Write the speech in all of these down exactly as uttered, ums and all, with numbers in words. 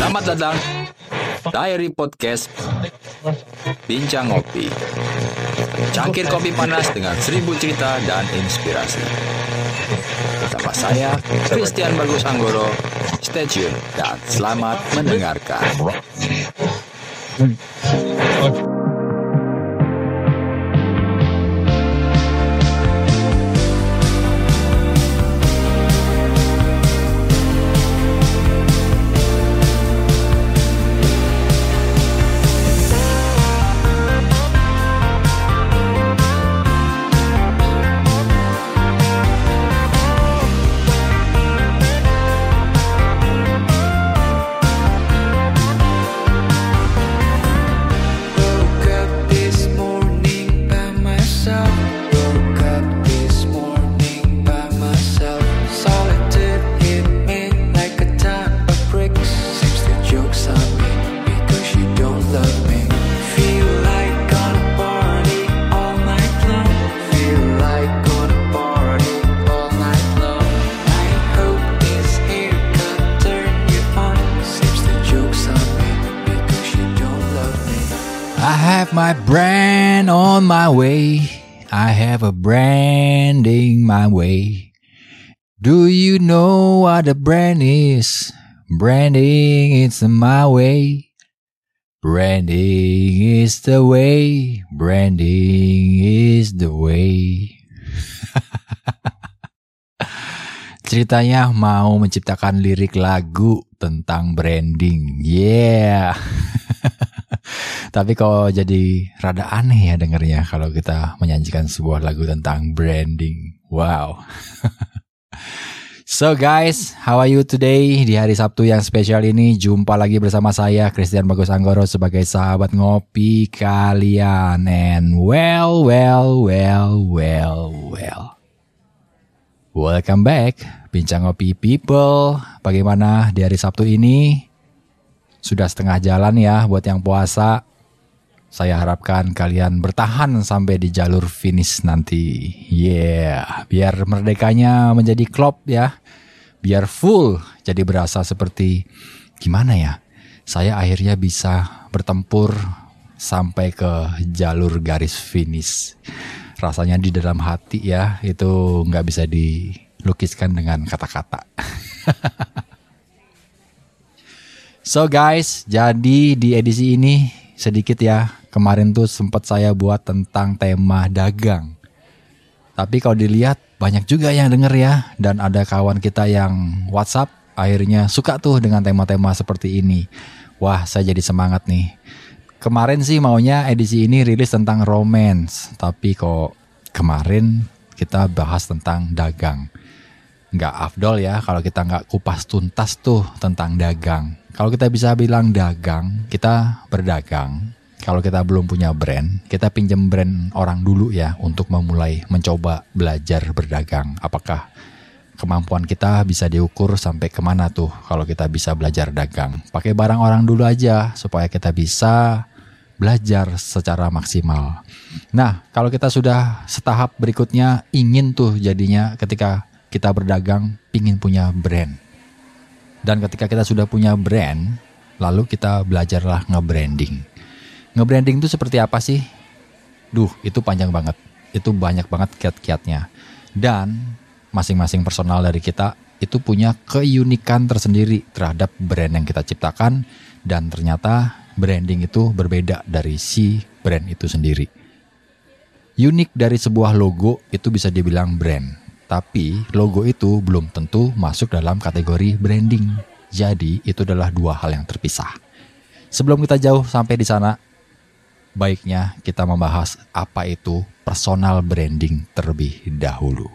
Selamat datang Diary Podcast Bincang Ngopi. Cangkir kopi panas dengan seribu cerita dan inspirasi. Bersama saya, Christian Bagus Anggoro. Stay tune dan selamat mendengarkan. My brand on my way. I have a branding my way. Do you know what the brand is? Branding it's my way. Branding is the way. Branding is the way. Ceritanya mau menciptakan lirik lagu tentang branding. Yeah. Tapi kok jadi rada aneh ya dengernya kalau kita menyanyikan sebuah lagu tentang branding. Wow. So guys, how are you today? Di hari Sabtu yang spesial ini jumpa lagi bersama saya Christian Bagus Anggoro sebagai sahabat ngopi kalian. And well, well, well, well, well. Welcome back, Bincang Ngopi People. Bagaimana di hari Sabtu ini? Sudah setengah jalan ya buat yang puasa. Saya harapkan kalian bertahan sampai di jalur finish nanti. Yeah, biar merdekanya menjadi klop ya. Biar full, jadi berasa seperti gimana ya? Saya akhirnya bisa bertempur sampai ke jalur garis finish. Rasanya di dalam hati ya, itu nggak bisa dilukiskan dengan kata-kata. So guys, jadi di edisi ini sedikit ya, kemarin tuh sempat saya buat tentang tema dagang. Tapi kalau dilihat banyak juga yang denger ya, dan ada kawan kita yang WhatsApp akhirnya suka tuh dengan tema-tema seperti ini. Wah, saya jadi semangat nih. Kemarin sih maunya edisi ini rilis tentang romance, tapi kok kemarin kita bahas tentang dagang. Nggak afdol ya kalau kita nggak kupas tuntas tuh tentang dagang. Kalau kita bisa bilang dagang, kita berdagang. Kalau kita belum punya brand, kita pinjam brand orang dulu ya untuk memulai mencoba belajar berdagang. Apakah kemampuan kita bisa diukur sampai kemana tuh kalau kita bisa belajar dagang. Pakai barang orang dulu aja supaya kita bisa belajar secara maksimal. Nah, kalau kita sudah setahap berikutnya ingin tuh jadinya ketika kita berdagang, pingin punya brand. Dan ketika kita sudah punya brand, lalu kita belajarlah nge-branding. Nge-branding itu seperti apa sih? Duh, itu panjang banget. Itu banyak banget kiat-kiatnya. Dan masing-masing personal dari kita itu punya keunikan tersendiri terhadap brand yang kita ciptakan. Dan ternyata branding itu berbeda dari si brand itu sendiri. Unik dari sebuah logo itu bisa dibilang brand. Tapi logo itu belum tentu masuk dalam kategori branding. Jadi itu adalah dua hal yang terpisah. Sebelum kita jauh sampai di sana, baiknya kita membahas apa itu personal branding terlebih dahulu.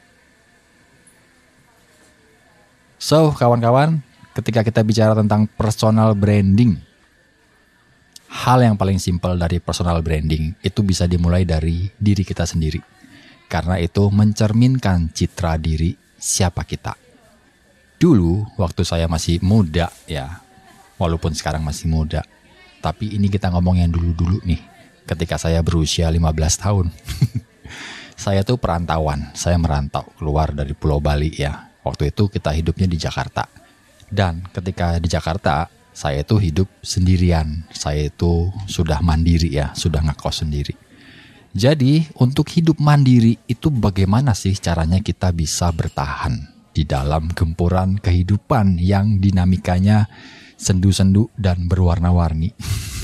So, kawan-kawan, ketika kita bicara tentang personal branding, hal yang paling simpel dari personal branding itu bisa dimulai dari diri kita sendiri. Karena itu mencerminkan citra diri siapa kita. Dulu waktu saya masih muda ya, walaupun sekarang masih muda, tapi ini kita ngomong yang dulu-dulu nih, ketika saya berusia lima belas tahun. Saya tuh perantauan, saya merantau keluar dari Pulau Bali ya. Waktu itu kita hidupnya di Jakarta. Dan ketika di Jakarta, saya itu hidup sendirian. Saya itu sudah mandiri ya, sudah ngekos sendiri. Jadi untuk hidup mandiri itu bagaimana sih caranya kita bisa bertahan di dalam gempuran kehidupan yang dinamikanya sendu-sendu dan berwarna-warni.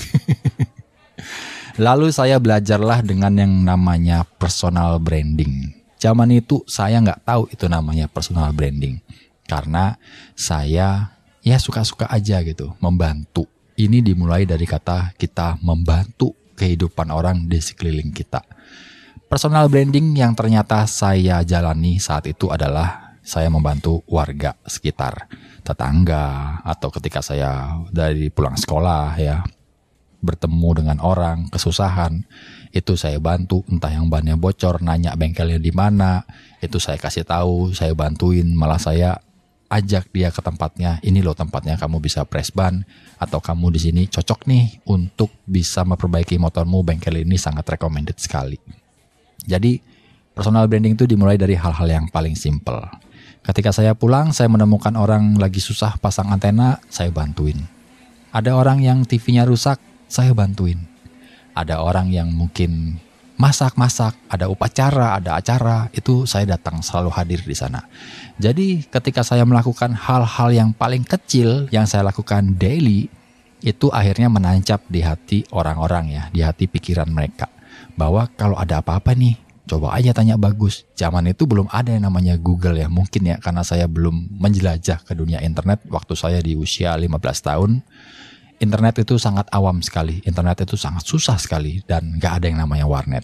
Lalu saya belajarlah dengan yang namanya personal branding. Zaman itu saya nggak tahu itu namanya personal branding. Karena saya ya suka-suka aja gitu, membantu. Ini dimulai dari kata kita membantu kehidupan orang di sekeliling kita. Personal branding yang ternyata saya jalani saat itu adalah saya membantu warga sekitar, tetangga, atau ketika saya dari pulang sekolah ya, bertemu dengan orang kesusahan, itu saya bantu, entah yang bannya bocor, nanya bengkelnya di mana, itu saya kasih tahu, saya bantuin, malah saya ajak dia ke tempatnya, ini loh tempatnya, kamu bisa press ban, atau kamu di sini cocok nih untuk bisa memperbaiki motormu, bengkel ini sangat recommended sekali. Jadi personal branding itu dimulai dari hal-hal yang paling simple. Ketika saya pulang, saya menemukan orang lagi susah pasang antena, saya bantuin. Ada orang yang T V-nya rusak, saya bantuin. Ada orang yang mungkin masak-masak, ada upacara, ada acara, itu saya datang, selalu hadir di sana. Jadi ketika saya melakukan hal-hal yang paling kecil yang saya lakukan daily, itu akhirnya menancap di hati orang-orang ya, di hati pikiran mereka. Bahwa kalau ada apa-apa nih, coba aja tanya Bagus. Zaman itu belum ada yang namanya Google ya, mungkin ya karena saya belum menjelajah ke dunia internet waktu saya di usia lima belas tahun. Internet itu sangat awam sekali, internet itu sangat susah sekali dan gak ada yang namanya warnet.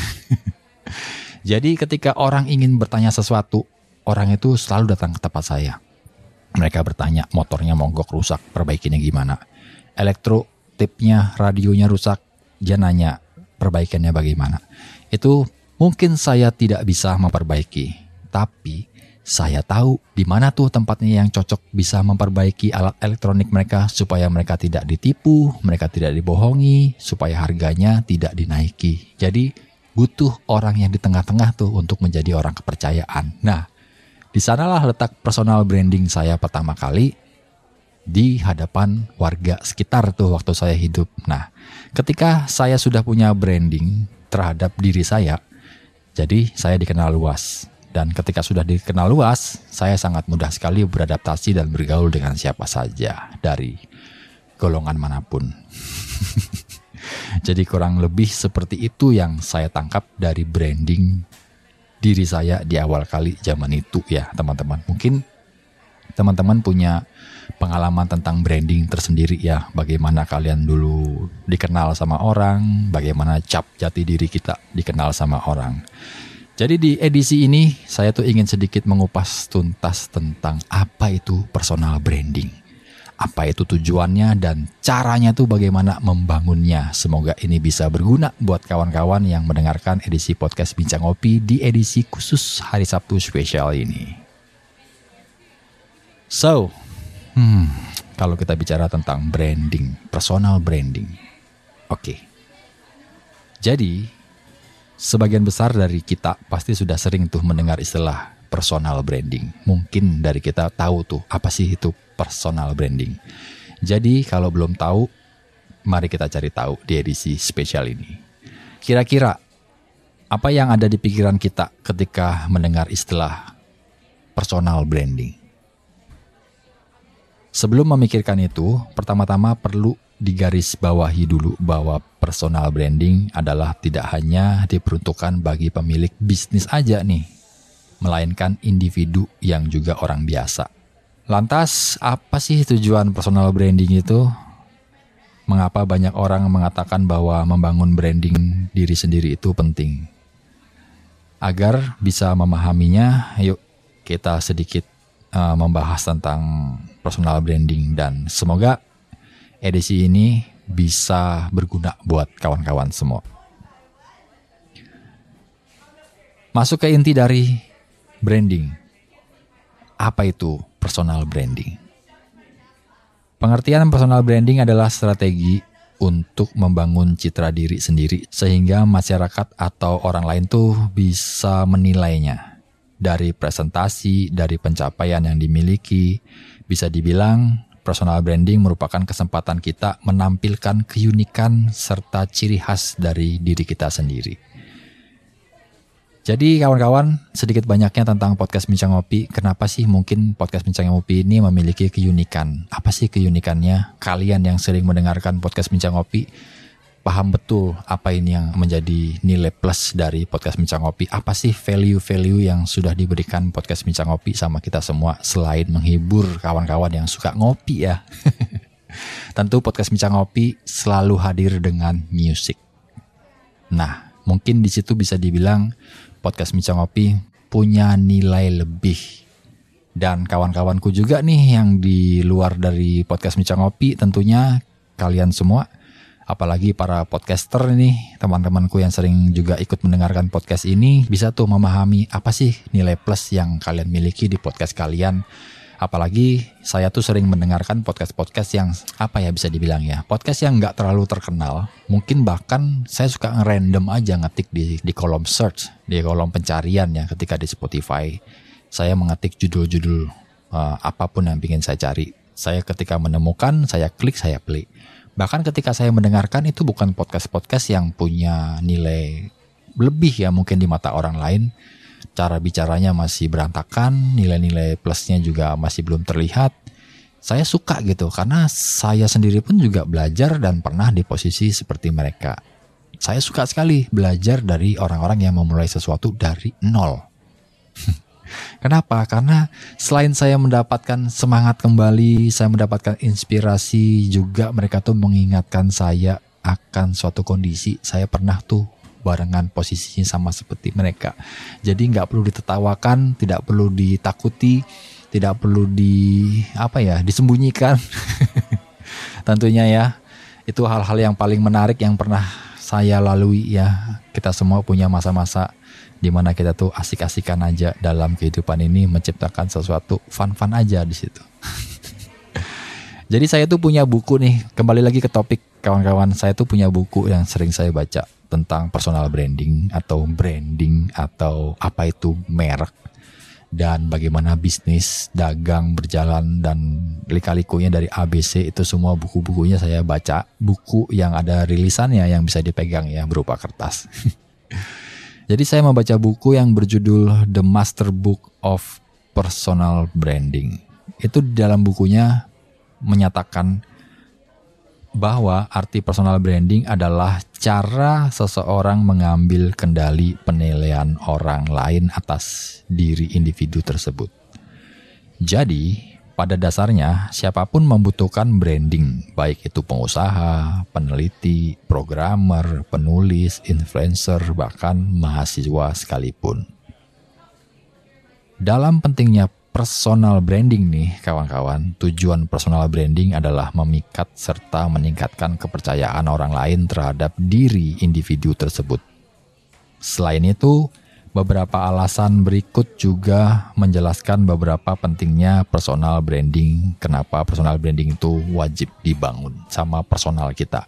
Jadi ketika orang ingin bertanya sesuatu, orang itu selalu datang ke tempat saya. Mereka bertanya motornya mogok rusak, perbaikinya gimana. Elektro tipnya, radionya rusak, dia nanya perbaikannya bagaimana. Itu mungkin saya tidak bisa memperbaiki, tapi saya tahu di mana tuh tempatnya yang cocok bisa memperbaiki alat elektronik mereka supaya mereka tidak ditipu, mereka tidak dibohongi, supaya harganya tidak dinaiki. Jadi butuh orang yang di tengah-tengah tuh untuk menjadi orang kepercayaan. Nah, di sanalah letak personal branding saya pertama kali di hadapan warga sekitar tuh waktu saya hidup. Nah, ketika saya sudah punya branding terhadap diri saya, jadi saya dikenal luas. Dan ketika sudah dikenal luas, saya sangat mudah sekali beradaptasi dan bergaul dengan siapa saja dari golongan manapun. Jadi kurang lebih seperti itu yang saya tangkap dari branding diri saya di awal kali zaman itu ya teman-teman. Mungkin teman-teman punya pengalaman tentang branding tersendiri ya. Bagaimana kalian dulu dikenal sama orang, bagaimana cap jati diri kita dikenal sama orang. Jadi di edisi ini saya tuh ingin sedikit mengupas tuntas tentang apa itu personal branding. Apa itu tujuannya dan caranya tuh bagaimana membangunnya. Semoga ini bisa berguna buat kawan-kawan yang mendengarkan edisi podcast Bincang Ngopi di edisi khusus hari Sabtu spesial ini. So, hmm, kalau kita bicara tentang branding, personal branding. Oke. Jadi sebagian besar dari kita pasti sudah sering tuh mendengar istilah personal branding. Mungkin dari kita tahu tuh apa sih itu personal branding. Jadi kalau belum tahu, mari kita cari tahu di edisi spesial ini. Kira-kira apa yang ada di pikiran kita ketika mendengar istilah personal branding? Sebelum memikirkan itu, pertama-tama perlu digarisbawahi dulu bahwa personal branding adalah tidak hanya diperuntukkan bagi pemilik bisnis aja nih, melainkan individu yang juga orang biasa. Lantas, apa sih tujuan personal branding itu? Mengapa banyak orang mengatakan bahwa membangun branding diri sendiri itu penting? Agar bisa memahaminya, yuk kita sedikit uh, membahas tentang personal branding dan semoga edisi ini bisa berguna buat kawan-kawan semua. Masuk ke inti dari branding. Apa itu personal branding? Pengertian personal branding adalah strategi untuk membangun citra diri sendiri sehingga masyarakat atau orang lain tuh bisa menilainya dari presentasi, dari pencapaian yang dimiliki. Bisa dibilang Personal branding merupakan kesempatan kita menampilkan keunikan serta ciri khas dari diri kita sendiri. Jadi kawan-kawan, sedikit banyaknya tentang podcast Bincang Ngopi. Kenapa sih mungkin podcast Bincang Ngopi ini memiliki keunikan? Apa sih keunikannya? Kalian yang sering mendengarkan podcast Bincang Ngopi paham betul apa ini yang menjadi nilai plus dari podcast Bincang Ngopi. Apa sih value-value yang sudah diberikan podcast Bincang Ngopi sama kita semua selain menghibur kawan-kawan yang suka ngopi ya. Tentu podcast Bincang Ngopi selalu hadir dengan musik. Nah, mungkin di situ bisa dibilang podcast Bincang Ngopi punya nilai lebih. Dan kawan-kawanku juga nih yang di luar dari podcast Bincang Ngopi, tentunya kalian semua, apalagi para podcaster nih, teman-temanku yang sering juga ikut mendengarkan podcast ini, bisa tuh memahami apa sih nilai plus yang kalian miliki di podcast kalian. Apalagi saya tuh sering mendengarkan podcast-podcast yang apa ya bisa dibilang ya, podcast yang gak terlalu terkenal. Mungkin bahkan saya suka ngerandom aja ngetik di, di kolom search, di kolom pencarian ya ketika di Spotify. Saya mengetik judul-judul uh, apapun yang ingin saya cari. Saya ketika menemukan, saya klik, saya play. Bahkan ketika saya mendengarkan itu bukan podcast-podcast yang punya nilai lebih ya mungkin di mata orang lain. Cara bicaranya masih berantakan, nilai-nilai plusnya juga masih belum terlihat. Saya suka gitu karena saya sendiri pun juga belajar dan pernah di posisi seperti mereka. Saya suka sekali belajar dari orang-orang yang memulai sesuatu dari nol. Kenapa? Karena selain saya mendapatkan semangat kembali, saya mendapatkan inspirasi, juga mereka tuh mengingatkan saya akan suatu kondisi. Saya pernah tuh barengan posisinya sama seperti mereka. Jadi nggak perlu ditertawakan, tidak perlu ditakuti, tidak perlu di apa ya disembunyikan. Tentunya ya, itu hal-hal yang paling menarik yang pernah saya lalui ya. Kita semua punya masa-masa di mana kita tuh asik-asikan aja dalam kehidupan ini, menciptakan sesuatu fun-fun aja di situ. Jadi saya tuh punya buku nih, kembali lagi ke topik kawan-kawan, saya tuh punya buku yang sering saya baca tentang personal branding atau branding atau apa itu merek dan bagaimana bisnis dagang berjalan dan lika-likunya dari A B C. Itu semua buku-bukunya saya baca, buku yang ada rilisannya yang bisa dipegang ya berupa kertas. Jadi saya membaca buku yang berjudul The Master Book of Personal Branding. Itu di dalam bukunya menyatakan bahwa arti personal branding adalah cara seseorang mengambil kendali penilaian orang lain atas diri individu tersebut. Jadi, pada dasarnya siapapun membutuhkan branding, baik itu pengusaha, peneliti, programmer, penulis, influencer, bahkan mahasiswa sekalipun. Dalam pentingnya personal branding nih kawan-kawan, tujuan personal branding adalah memikat serta meningkatkan kepercayaan orang lain terhadap diri individu tersebut. Selain itu, beberapa alasan berikut juga menjelaskan beberapa pentingnya personal branding, kenapa personal branding itu wajib dibangun sama personal kita.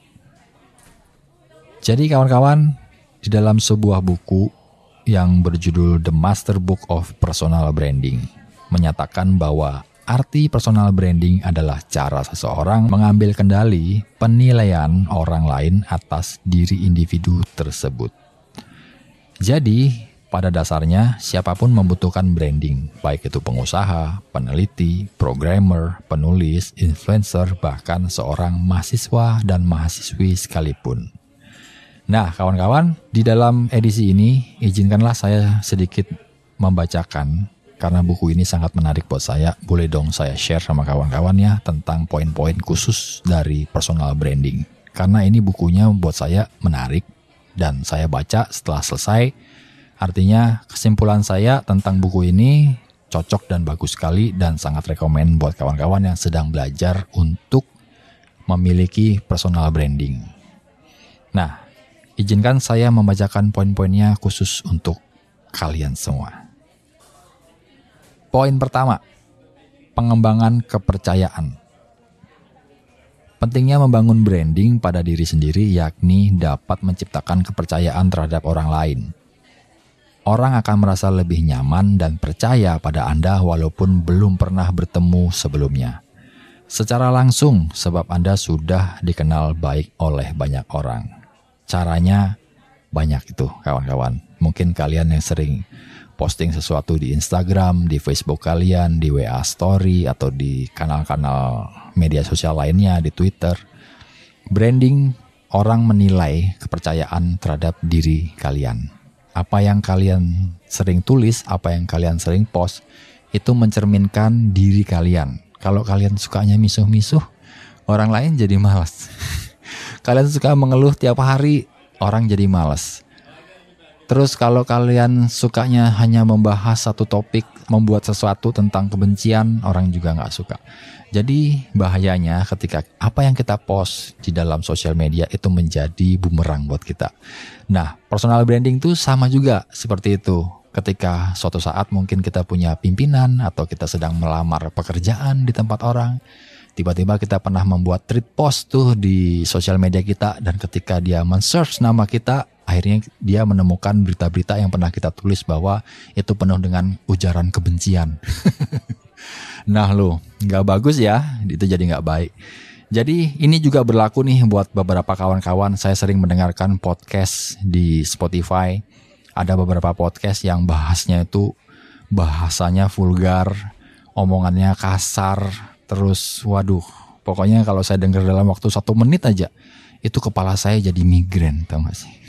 Jadi kawan-kawan, di dalam sebuah buku yang berjudul The Master Book of Personal Branding, menyatakan bahwa arti personal branding adalah cara seseorang mengambil kendali penilaian orang lain atas diri individu tersebut. Jadi, pada dasarnya siapapun membutuhkan branding, baik itu pengusaha, peneliti, programmer, penulis, influencer, bahkan seorang mahasiswa dan mahasiswi sekalipun. Nah, kawan-kawan, di dalam edisi ini izinkanlah saya sedikit membacakan. Karena buku ini sangat menarik buat saya, boleh dong saya share sama kawan-kawannya tentang poin-poin khusus dari personal branding. Karena ini bukunya buat saya menarik dan saya baca setelah selesai. Artinya kesimpulan saya tentang buku ini cocok dan bagus sekali dan sangat rekomen buat kawan-kawan yang sedang belajar untuk memiliki personal branding. Nah, izinkan saya membacakan poin-poinnya khusus untuk kalian semua. Poin pertama, pengembangan kepercayaan. Pentingnya membangun branding pada diri sendiri yakni dapat menciptakan kepercayaan terhadap orang lain. Orang akan merasa lebih nyaman dan percaya pada Anda walaupun belum pernah bertemu sebelumnya. Secara langsung sebab Anda sudah dikenal baik oleh banyak orang. Caranya banyak itu kawan-kawan. Mungkin kalian yang sering posting sesuatu di Instagram, di Facebook kalian, di W A Story, atau di kanal-kanal media sosial lainnya, di Twitter. Branding, orang menilai kepercayaan terhadap diri kalian. Apa yang kalian sering tulis, apa yang kalian sering post, itu mencerminkan diri kalian. Kalau kalian sukanya misuh-misuh, orang lain jadi malas. Kalian suka mengeluh tiap hari, orang jadi malas. Terus kalau kalian sukanya hanya membahas satu topik, membuat sesuatu tentang kebencian, orang juga gak suka. Jadi bahayanya ketika apa yang kita post di dalam sosial media itu menjadi bumerang buat kita. Nah, personal branding itu sama juga seperti itu. Ketika suatu saat mungkin kita punya pimpinan atau kita sedang melamar pekerjaan di tempat orang, tiba-tiba kita pernah membuat tweet post tuh di sosial media kita, dan ketika dia men-search nama kita, akhirnya dia menemukan berita-berita yang pernah kita tulis bahwa itu penuh dengan ujaran kebencian. Nah lo, gak bagus ya, itu jadi gak baik. Jadi ini juga berlaku nih buat beberapa kawan-kawan. Saya sering mendengarkan podcast di Spotify. Ada beberapa podcast yang bahasnya itu bahasanya vulgar, omongannya kasar, terus waduh, pokoknya kalau saya dengar dalam waktu satu menit aja, itu kepala saya jadi migrain, tau gak sih?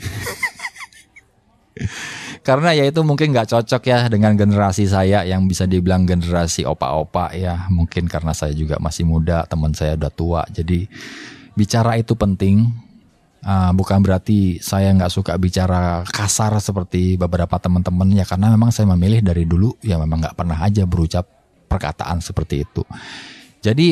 Karena ya itu mungkin gak cocok ya dengan generasi saya yang bisa dibilang generasi opa-opa ya. Mungkin karena saya juga masih muda, teman saya udah tua. Jadi bicara itu penting. Uh, bukan berarti saya gak suka bicara kasar seperti beberapa teman-teman ya. Karena memang saya memilih dari dulu ya memang gak pernah aja berucap perkataan seperti itu. Jadi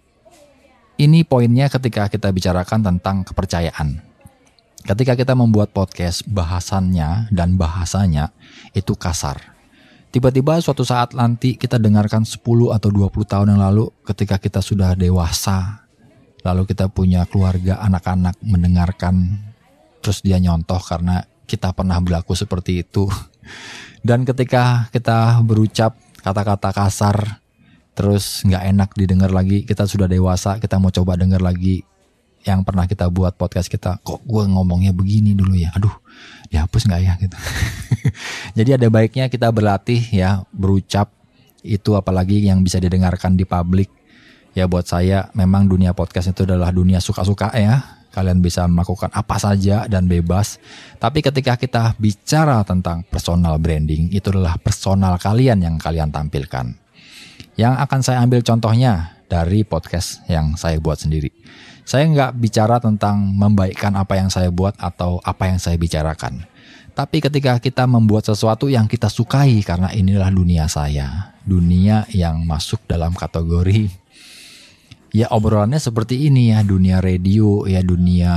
ini poinnya ketika kita bicarakan tentang kepercayaan. Ketika kita membuat podcast, bahasannya dan bahasanya itu kasar. Tiba-tiba suatu saat nanti kita dengarkan sepuluh atau dua puluh tahun yang lalu ketika kita sudah dewasa, lalu kita punya keluarga, anak-anak mendengarkan, terus dia nyontoh karena kita pernah berlaku seperti itu. Dan ketika kita berucap kata-kata kasar, terus gak enak didengar lagi, kita sudah dewasa, kita mau coba dengar lagi yang pernah kita buat podcast kita, kok gue ngomongnya begini dulu ya, aduh dihapus gak ya gitu. Jadi ada baiknya kita berlatih ya berucap itu, apalagi yang bisa didengarkan di publik. Ya buat saya memang dunia podcast itu adalah dunia suka-suka ya, kalian bisa melakukan apa saja dan bebas. Tapi ketika kita bicara tentang personal branding, itu adalah personal kalian yang kalian tampilkan. Yang akan saya ambil contohnya dari podcast yang saya buat sendiri. Saya nggak bicara tentang membaikkan apa yang saya buat atau apa yang saya bicarakan. Tapi ketika kita membuat sesuatu yang kita sukai, karena inilah dunia saya, dunia yang masuk dalam kategori, ya obrolannya seperti ini ya, dunia radio, ya dunia,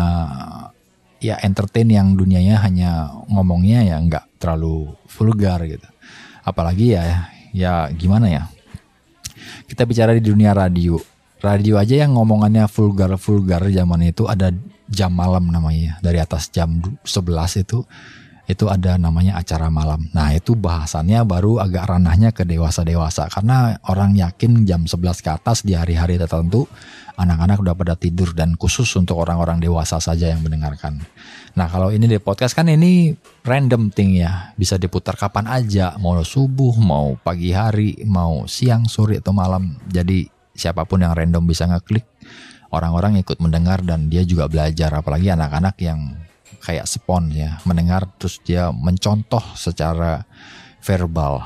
ya entertain yang dunianya hanya ngomongnya ya nggak terlalu vulgar gitu. Apalagi ya, ya gimana ya, kita bicara di dunia radio. Radio aja yang ngomongannya vulgar-vulgar zaman itu, ada jam malam namanya. Dari atas jam sebelas itu itu ada namanya acara malam. Nah, itu bahasannya baru agak ranahnya ke dewasa-dewasa, karena orang yakin jam sebelas ke atas di hari-hari tertentu anak-anak udah pada tidur, dan khusus untuk orang-orang dewasa saja yang mendengarkan. Nah, kalau ini di podcast kan ini random thing ya, bisa diputar kapan aja, mau subuh, mau pagi hari, mau siang, sore atau malam. Jadi siapapun yang random bisa ngeklik, orang-orang ikut mendengar dan dia juga belajar. Apalagi anak-anak yang kayak spons ya, mendengar terus dia mencontoh secara verbal.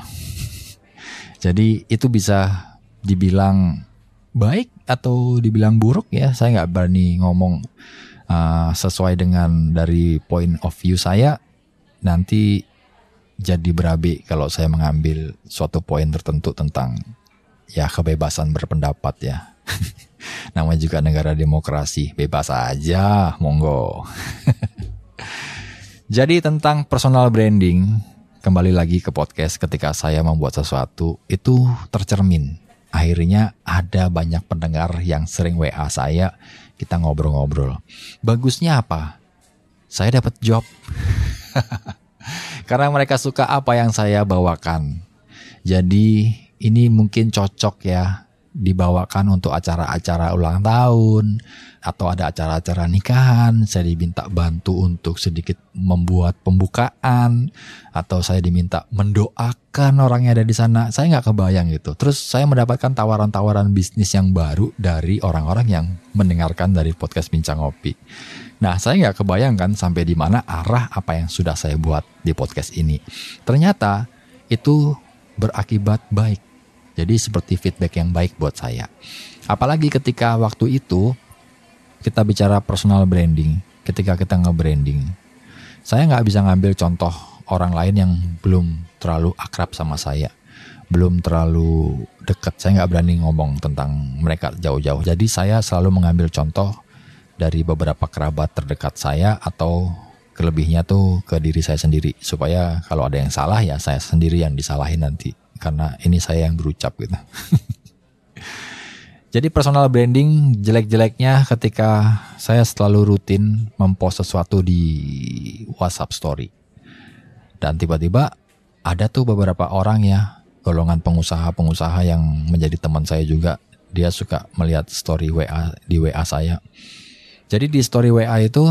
Jadi itu bisa dibilang baik atau dibilang buruk ya, saya gak berani ngomong uh, sesuai dengan dari point of view saya. Nanti jadi berabe kalau saya mengambil suatu poin tertentu tentang ya kebebasan berpendapat ya. Namanya juga negara demokrasi, bebas aja, monggo. Jadi tentang personal branding, kembali lagi ke podcast, ketika saya membuat sesuatu itu tercermin. Akhirnya ada banyak pendengar yang sering W A saya, kita ngobrol-ngobrol. Bagusnya apa? Saya dapat job. Karena mereka suka apa yang saya bawakan. Jadi ini mungkin cocok ya dibawakan untuk acara-acara ulang tahun atau ada acara-acara nikahan, saya diminta bantu untuk sedikit membuat pembukaan atau saya diminta mendoakan orang yang ada di sana. Saya nggak kebayang gitu. Terus saya mendapatkan tawaran-tawaran bisnis yang baru dari orang-orang yang mendengarkan dari podcast Bincang Ngopi. Nah, saya nggak kebayang kan sampai di mana arah apa yang sudah saya buat di podcast ini. Ternyata itu berakibat baik. Jadi seperti feedback yang baik buat saya. Apalagi ketika waktu itu kita bicara personal branding, ketika kita nge-branding. Saya nggak bisa ngambil contoh orang lain yang belum terlalu akrab sama saya. Belum terlalu dekat. Saya nggak berani ngomong tentang mereka jauh-jauh. Jadi saya selalu mengambil contoh dari beberapa kerabat terdekat saya atau kelebihnya tuh ke diri saya sendiri. Supaya kalau ada yang salah ya saya sendiri yang disalahin nanti. Karena ini saya yang berucap gitu. Jadi personal branding jelek-jeleknya ketika saya selalu rutin mempost sesuatu di WhatsApp story. Dan tiba-tiba ada tuh beberapa orang ya, golongan pengusaha-pengusaha yang menjadi teman saya juga. Dia suka melihat story W A di W A saya. Jadi di story W A itu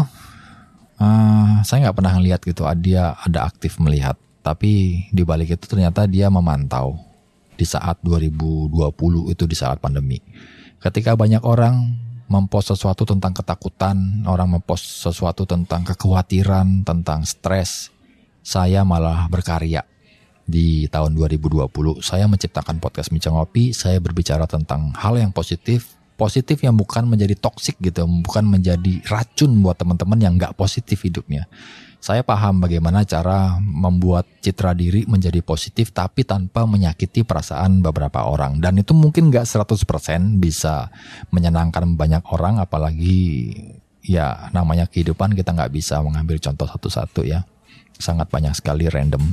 uh, saya gak pernah ngeliat gitu, dia ada aktif melihat. Tapi di balik itu ternyata dia memantau di saat dua ribu dua puluh itu di saat pandemi. Ketika banyak orang mempost sesuatu tentang ketakutan, orang mempost sesuatu tentang kekhawatiran, tentang stres, saya malah berkarya. Di tahun dua ribu dua puluh saya menciptakan podcast Bincang Ngopi, saya berbicara tentang hal yang positif, positif yang bukan menjadi toksik gitu, bukan menjadi racun buat teman-teman yang gak positif hidupnya. Saya paham bagaimana cara membuat citra diri menjadi positif tapi tanpa menyakiti perasaan beberapa orang. Dan itu mungkin gak seratus persen bisa menyenangkan banyak orang, apalagi ya namanya kehidupan kita gak bisa mengambil contoh satu-satu ya. Sangat banyak sekali random.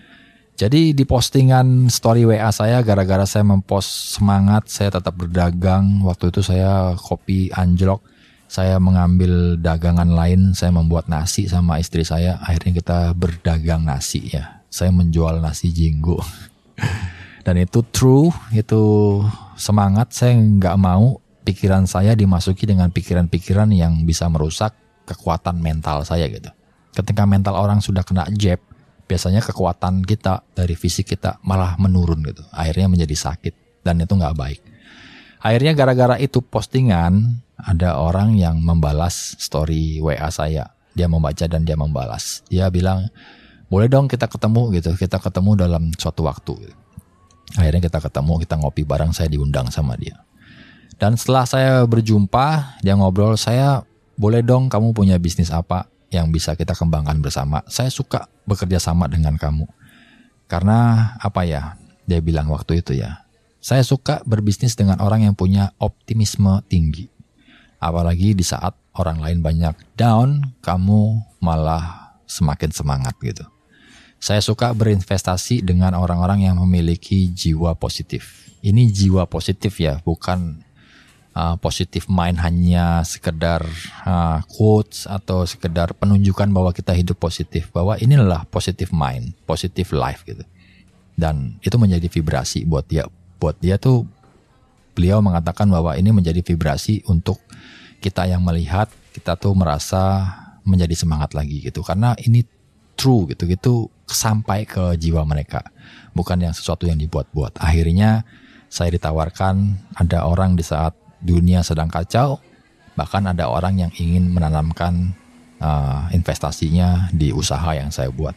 Jadi di postingan story W A saya gara-gara saya mempost semangat, saya tetap berdagang. Waktu itu saya kopi anjlok. Saya mengambil dagangan lain, saya membuat nasi sama istri saya. Akhirnya kita berdagang nasi ya. Saya menjual nasi jinggo. Dan itu true, itu semangat. Saya nggak mau pikiran saya dimasuki dengan pikiran-pikiran yang bisa merusak kekuatan mental saya gitu. Ketika mental orang sudah kena jab, biasanya kekuatan kita dari fisik kita malah menurun gitu. Akhirnya menjadi sakit dan itu nggak baik. Akhirnya gara-gara itu postingan, ada orang yang membalas story W A saya. Dia membaca dan dia membalas. Dia bilang, boleh dong kita ketemu gitu. Kita ketemu dalam suatu waktu. Akhirnya kita ketemu, kita ngopi bareng, saya diundang sama dia. Dan setelah saya berjumpa, dia ngobrol, saya boleh dong kamu punya bisnis apa yang bisa kita kembangkan bersama. Saya suka bekerja sama dengan kamu. Karena apa ya, dia bilang waktu itu ya. Saya suka berbisnis dengan orang yang punya optimisme tinggi. Apalagi di saat orang lain banyak down, kamu malah semakin semangat gitu. Saya suka berinvestasi dengan orang-orang yang memiliki jiwa positif. Ini jiwa positif ya, bukan uh, positive mind hanya sekedar uh, quotes atau sekedar penunjukan bahwa kita hidup positif. Bahwa inilah positive mind, positive life gitu. Dan itu menjadi vibrasi buat dia. Buat dia tuh beliau mengatakan bahwa ini menjadi vibrasi untuk kita yang melihat, kita tuh merasa menjadi semangat lagi gitu. Karena ini true gitu-gitu sampai ke jiwa mereka. Bukan yang sesuatu yang dibuat-buat. Akhirnya saya ditawarkan, ada orang di saat dunia sedang kacau, bahkan ada orang yang ingin menanamkan uh, investasinya di usaha yang saya buat.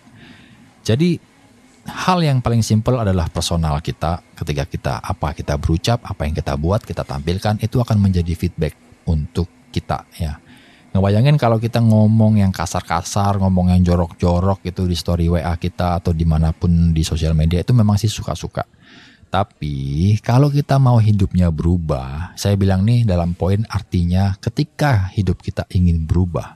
Jadi hal yang paling simpel adalah personal kita. Ketika kita apa kita berucap, apa yang kita buat, kita tampilkan, itu akan menjadi feedback untuk kita ya. Ngebayangin kalau kita ngomong yang kasar-kasar, ngomong yang jorok-jorok gitu di story W A kita atau dimanapun di sosial media, itu memang sih suka-suka. Tapi kalau kita mau hidupnya berubah, saya bilang nih dalam poin artinya ketika hidup kita ingin berubah,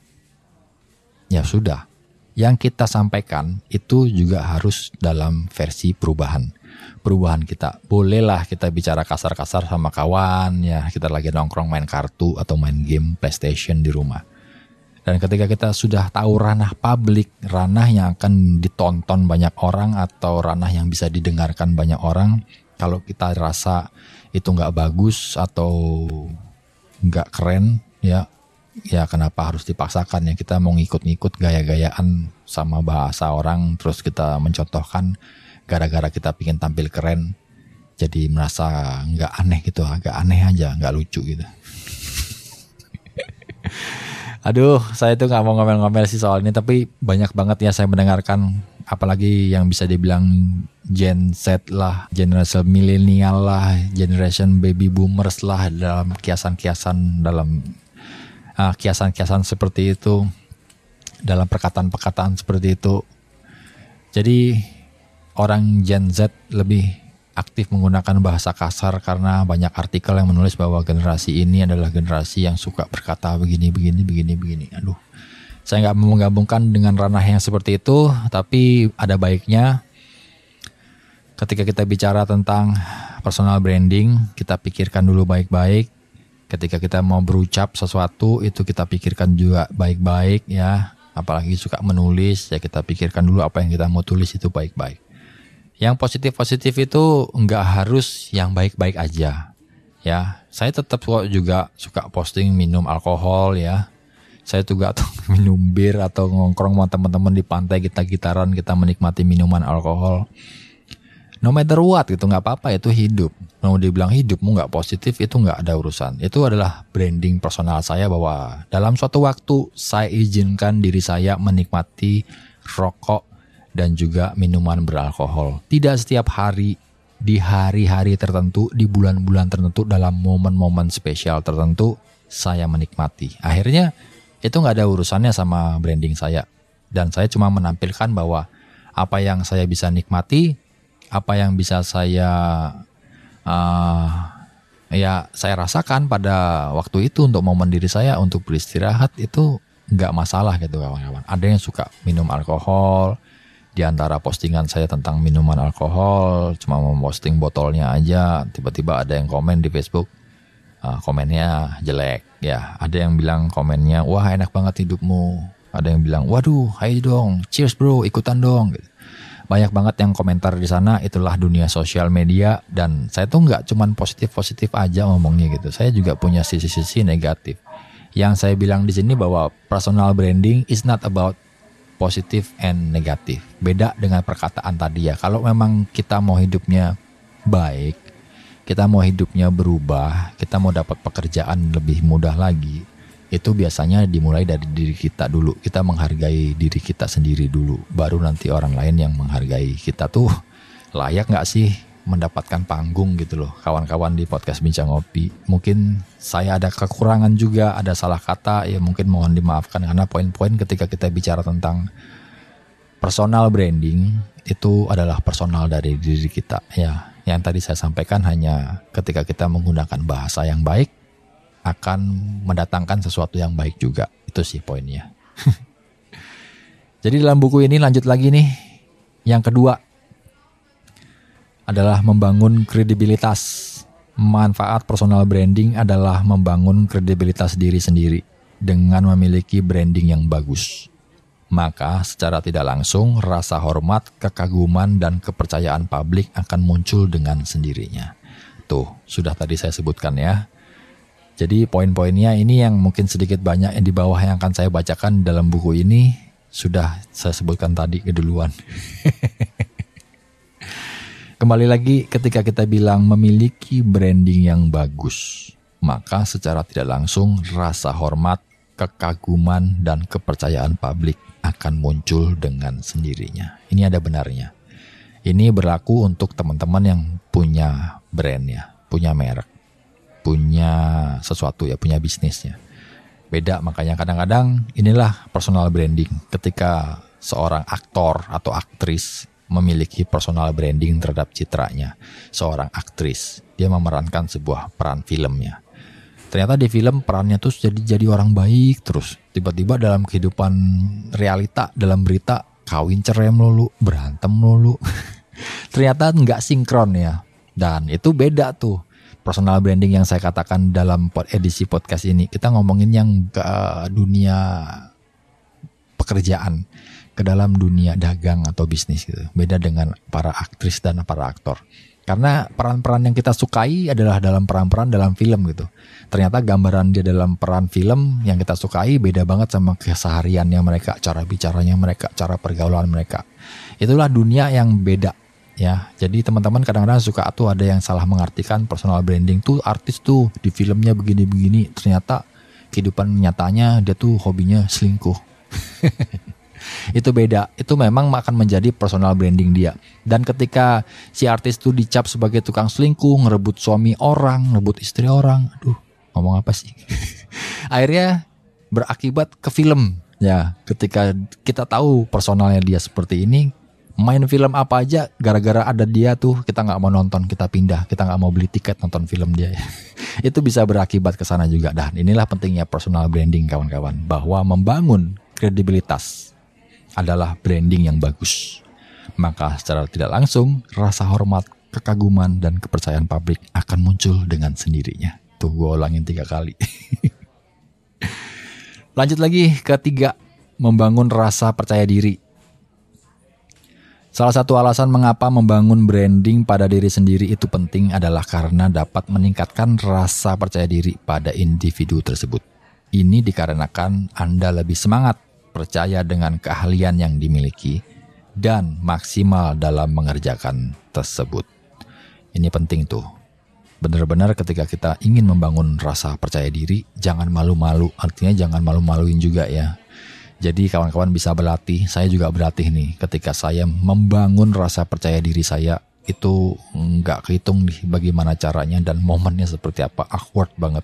ya sudah. Yang kita sampaikan itu juga harus dalam versi perubahan. Perubahan kita. Bolehlah kita bicara kasar-kasar sama kawan, ya kita lagi nongkrong main kartu atau main game PlayStation di rumah. Dan ketika kita sudah tahu ranah publik, ranah yang akan ditonton banyak orang atau ranah yang bisa didengarkan banyak orang, kalau kita rasa itu nggak bagus atau nggak keren, ya ya kenapa harus dipaksakan ya? Kita mau ngikut-ngikut gaya-gayaan sama bahasa orang, terus kita mencontohkan gara-gara kita pingin tampil keren, jadi merasa nggak aneh gitu, agak aneh aja, nggak lucu gitu. Aduh, saya tuh nggak mau ngomel-ngomel sih soal ini, tapi banyak banget ya saya mendengarkan, apalagi yang bisa dibilang Gen Z lah, generasi milenial lah, generation baby boomers lah, dalam kiasan-kiasan dalam uh, kiasan-kiasan seperti itu, dalam perkataan-perkataan seperti itu. Jadi orang Gen Z lebih aktif menggunakan bahasa kasar karena banyak artikel yang menulis bahwa generasi ini adalah generasi yang suka berkata begini, begini, begini, begini. Aduh, saya nggak mau menggabungkan dengan ranah yang seperti itu, tapi ada baiknya ketika kita bicara tentang personal branding, kita pikirkan dulu baik-baik. Ketika kita mau berucap sesuatu, itu kita pikirkan juga baik-baik ya. Apalagi suka menulis, ya kita pikirkan dulu apa yang kita mau tulis itu baik-baik. Yang positif-positif itu nggak harus yang baik-baik aja. Ya, saya tetap juga suka posting minum alkohol ya. Saya juga tuh minum bir atau ngongkrong sama teman-teman di pantai, kita gitaran, kita menikmati minuman alkohol. No matter what gitu, nggak apa-apa, itu hidup. Mau dibilang hidupmu nggak positif, itu nggak ada urusan. Itu adalah branding personal saya bahwa dalam suatu waktu saya izinkan diri saya menikmati rokok dan juga minuman beralkohol. Tidak setiap hari, di hari-hari tertentu, di bulan-bulan tertentu, dalam momen-momen spesial tertentu, saya menikmati. Akhirnya itu nggak ada urusannya sama branding saya. Dan saya cuma menampilkan bahwa apa yang saya bisa nikmati, apa yang bisa saya uh, ya saya rasakan pada waktu itu untuk momen diri saya untuk beristirahat, itu nggak masalah gitu kawan-kawan. Ada yang suka minum alkohol. Di antara postingan saya tentang minuman alkohol, cuma memposting botolnya aja, tiba-tiba ada yang komen di Facebook, uh, komennya jelek, ya. Ada yang bilang komennya, wah enak banget hidupmu. Ada yang bilang, waduh, ayo dong, cheers bro, ikutan dong. Gitu. Banyak banget yang komentar di sana. Itulah dunia sosial media, dan saya tuh nggak cuma positif-positif aja ngomongnya gitu. Saya juga punya sisi-sisi negatif. Yang saya bilang di sini bahwa personal branding is not about positif and negatif. Beda dengan perkataan tadi ya. Kalau memang kita mau hidupnya baik, kita mau hidupnya berubah, kita mau dapat pekerjaan lebih mudah lagi, itu biasanya dimulai dari diri kita dulu. Kita menghargai diri kita sendiri dulu, baru nanti orang lain yang menghargai kita tuh layak gak sih mendapatkan panggung gitu loh. Kawan-kawan di podcast Bincang Ngopi, mungkin saya ada kekurangan juga, ada salah kata, ya mungkin mohon dimaafkan, karena poin-poin ketika kita bicara tentang personal branding itu adalah personal dari diri kita ya. Yang tadi saya sampaikan hanya ketika kita menggunakan bahasa yang baik akan mendatangkan sesuatu yang baik juga. Itu sih poinnya. Jadi dalam buku ini lanjut lagi nih, yang kedua adalah membangun kredibilitas. Manfaat personal branding adalah membangun kredibilitas diri sendiri dengan memiliki branding yang bagus. Maka secara tidak langsung rasa hormat, kekaguman, dan kepercayaan publik akan muncul dengan sendirinya. Tuh, sudah tadi saya sebutkan ya. Jadi poin-poinnya ini yang mungkin sedikit banyak yang di bawah yang akan saya bacakan dalam buku ini sudah saya sebutkan tadi keduluan. Kembali lagi, ketika kita bilang memiliki branding yang bagus, maka secara tidak langsung rasa hormat, kekaguman, dan kepercayaan publik akan muncul dengan sendirinya. Ini ada benarnya. Ini berlaku untuk teman-teman yang punya brand ya, punya merek, punya sesuatu ya, punya bisnisnya. Beda, makanya kadang-kadang inilah personal branding. Ketika seorang aktor atau aktris memiliki personal branding terhadap citranya. Seorang aktris, dia memerankan sebuah peran filmnya. Ternyata di film perannya tuh jadi jadi orang baik terus. Tiba-tiba dalam kehidupan realita, dalam berita, kawin cerai melulu, berantem melulu. Ternyata nggak sinkron ya. Dan itu beda tuh. Personal branding yang saya katakan dalam edisi podcast ini. Kita ngomongin yang ke dunia pekerjaan, ke dalam dunia dagang atau bisnis gitu. Beda dengan para aktris dan para aktor. Karena peran-peran yang kita sukai adalah dalam peran-peran dalam film gitu. Ternyata gambaran dia dalam peran film yang kita sukai beda banget sama kesehariannya mereka, cara bicaranya mereka, cara pergaulan mereka. Itulah dunia yang beda ya. Jadi teman-teman kadang-kadang suka tuh ada yang salah mengartikan personal branding tuh artis tuh di filmnya begini-begini. Ternyata kehidupan nyatanya dia tuh hobinya selingkuh. Itu beda, itu memang akan menjadi personal branding dia. Dan ketika si artis itu dicap sebagai tukang selingkuh, ngerebut suami orang, ngerebut istri orang, aduh ngomong apa sih? Akhirnya berakibat ke film. Ya, ketika kita tahu personalnya dia seperti ini, main film apa aja gara-gara ada dia tuh kita nggak mau nonton, kita pindah, kita nggak mau beli tiket nonton film dia. Itu bisa berakibat ke sana juga. Dan inilah pentingnya personal branding kawan-kawan, bahwa membangun kredibilitas adalah branding yang bagus. Maka secara tidak langsung rasa hormat, kekaguman, dan kepercayaan publik akan muncul dengan sendirinya. Tuh gue ulangin tiga kali. Lanjut lagi ke tiga, membangun rasa percaya diri. Salah satu alasan mengapa membangun branding pada diri sendiri itu penting adalah karena dapat meningkatkan rasa percaya diri pada individu tersebut. Ini dikarenakan Anda lebih semangat, percaya dengan keahlian yang dimiliki, dan maksimal dalam mengerjakan tersebut. Ini penting tuh. Benar-benar ketika kita ingin membangun rasa percaya diri, jangan malu-malu. Artinya jangan malu-maluin juga ya. Jadi kawan-kawan bisa berlatih, saya juga berlatih nih. Ketika saya membangun rasa percaya diri saya, itu nggak kehitung nih bagaimana caranya dan momennya seperti apa. Awkward banget.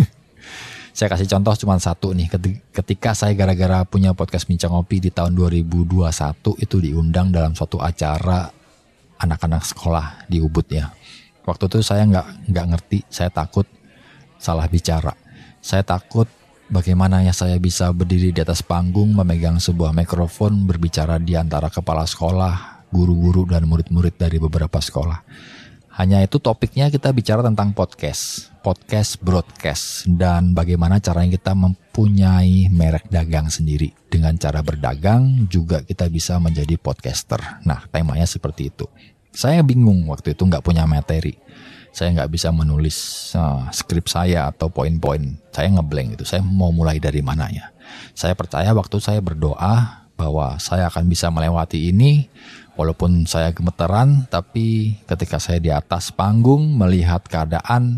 Saya kasih contoh cuma satu nih, ketika saya gara-gara punya podcast Bincang Ngopi di tahun dua ribu dua puluh satu itu diundang dalam suatu acara anak-anak sekolah di Ubud ya. Waktu itu saya nggak nggak ngerti, saya takut salah bicara. Saya takut bagaimana ya saya bisa berdiri di atas panggung memegang sebuah mikrofon berbicara di antara kepala sekolah, guru-guru dan murid-murid dari beberapa sekolah. Hanya itu topiknya kita bicara tentang podcast, podcast broadcast, dan bagaimana caranya kita mempunyai merek dagang sendiri. Dengan cara berdagang juga kita bisa menjadi podcaster. Nah temanya seperti itu. Saya bingung waktu itu gak punya materi. Saya gak bisa menulis uh, skrip saya atau poin-poin. Saya ngeblank gitu, saya mau mulai dari mananya. Saya percaya waktu saya berdoa bahwa saya akan bisa melewati ini. Walaupun saya gemeteran, tapi ketika saya di atas panggung melihat keadaan,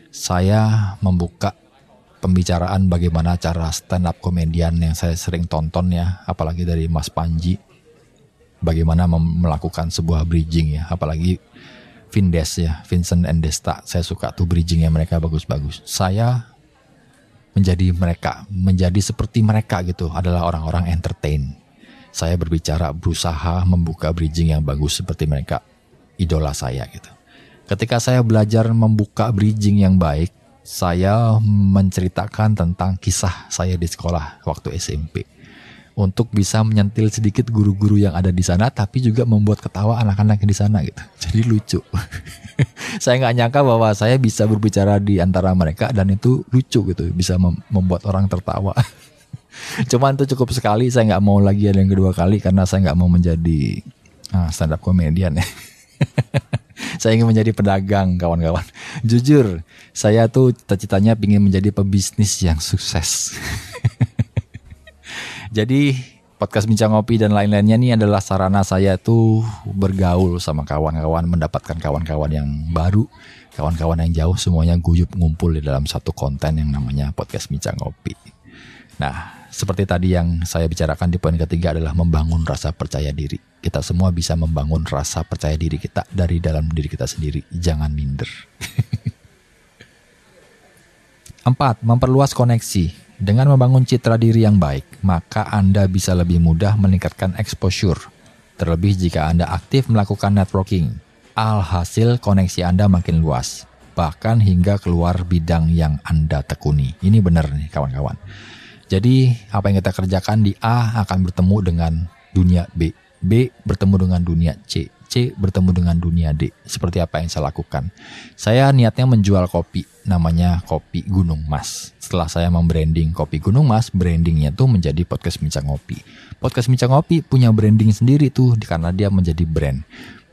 saya membuka pembicaraan bagaimana cara stand up komedian yang saya sering tonton ya, apalagi dari Mas Panji. Bagaimana mem- melakukan sebuah bridging ya, apalagi Vindes ya, Vincent and Desta. Saya suka tuh bridgingnya mereka bagus-bagus. Saya menjadi mereka, menjadi seperti mereka gitu, adalah orang-orang entertain. Saya berbicara, berusaha membuka bridging yang bagus seperti mereka, idola saya gitu. Ketika saya belajar membuka bridging yang baik, saya menceritakan tentang kisah saya di sekolah waktu S M P. Untuk bisa menyentil sedikit guru-guru yang ada di sana, tapi juga membuat ketawa anak-anak yang di sana gitu. Jadi lucu. Saya nggak nyangka bahwa saya bisa berbicara di antara mereka dan itu lucu gitu, bisa mem- membuat orang tertawa. Cuman itu cukup sekali, saya nggak mau lagi ada yang kedua kali karena saya nggak mau menjadi ah, stand up comedian ya. Saya ingin menjadi pedagang kawan-kawan. Jujur, saya tuh cita-citanya ingin menjadi pebisnis yang sukses. Jadi podcast Bincang Ngopi dan lain-lainnya ini adalah sarana saya tuh bergaul sama kawan-kawan, mendapatkan kawan-kawan yang baru, kawan-kawan yang jauh, semuanya guyup ngumpul di dalam satu konten yang namanya podcast Bincang Ngopi. Nah, seperti tadi yang saya bicarakan di poin ketiga adalah membangun rasa percaya diri. Kita semua bisa membangun rasa percaya diri kita dari dalam diri kita sendiri. Jangan minder. Empat, memperluas koneksi. Dengan membangun citra diri yang baik, maka Anda bisa lebih mudah meningkatkan exposure. Terlebih jika Anda aktif melakukan networking. Alhasil koneksi Anda makin luas. Bahkan hingga keluar bidang yang Anda tekuni. Ini benar nih kawan-kawan. Jadi apa yang kita kerjakan di A akan bertemu dengan dunia B. B bertemu dengan dunia C. C bertemu dengan dunia D. Seperti apa yang saya lakukan. Saya niatnya menjual kopi. Namanya Kopi Gunung Mas. Setelah saya membranding Kopi Gunung Mas, brandingnya tuh menjadi Podcast Bincang Ngopi. Podcast Bincang Ngopi punya branding sendiri tuh karena dia menjadi brand.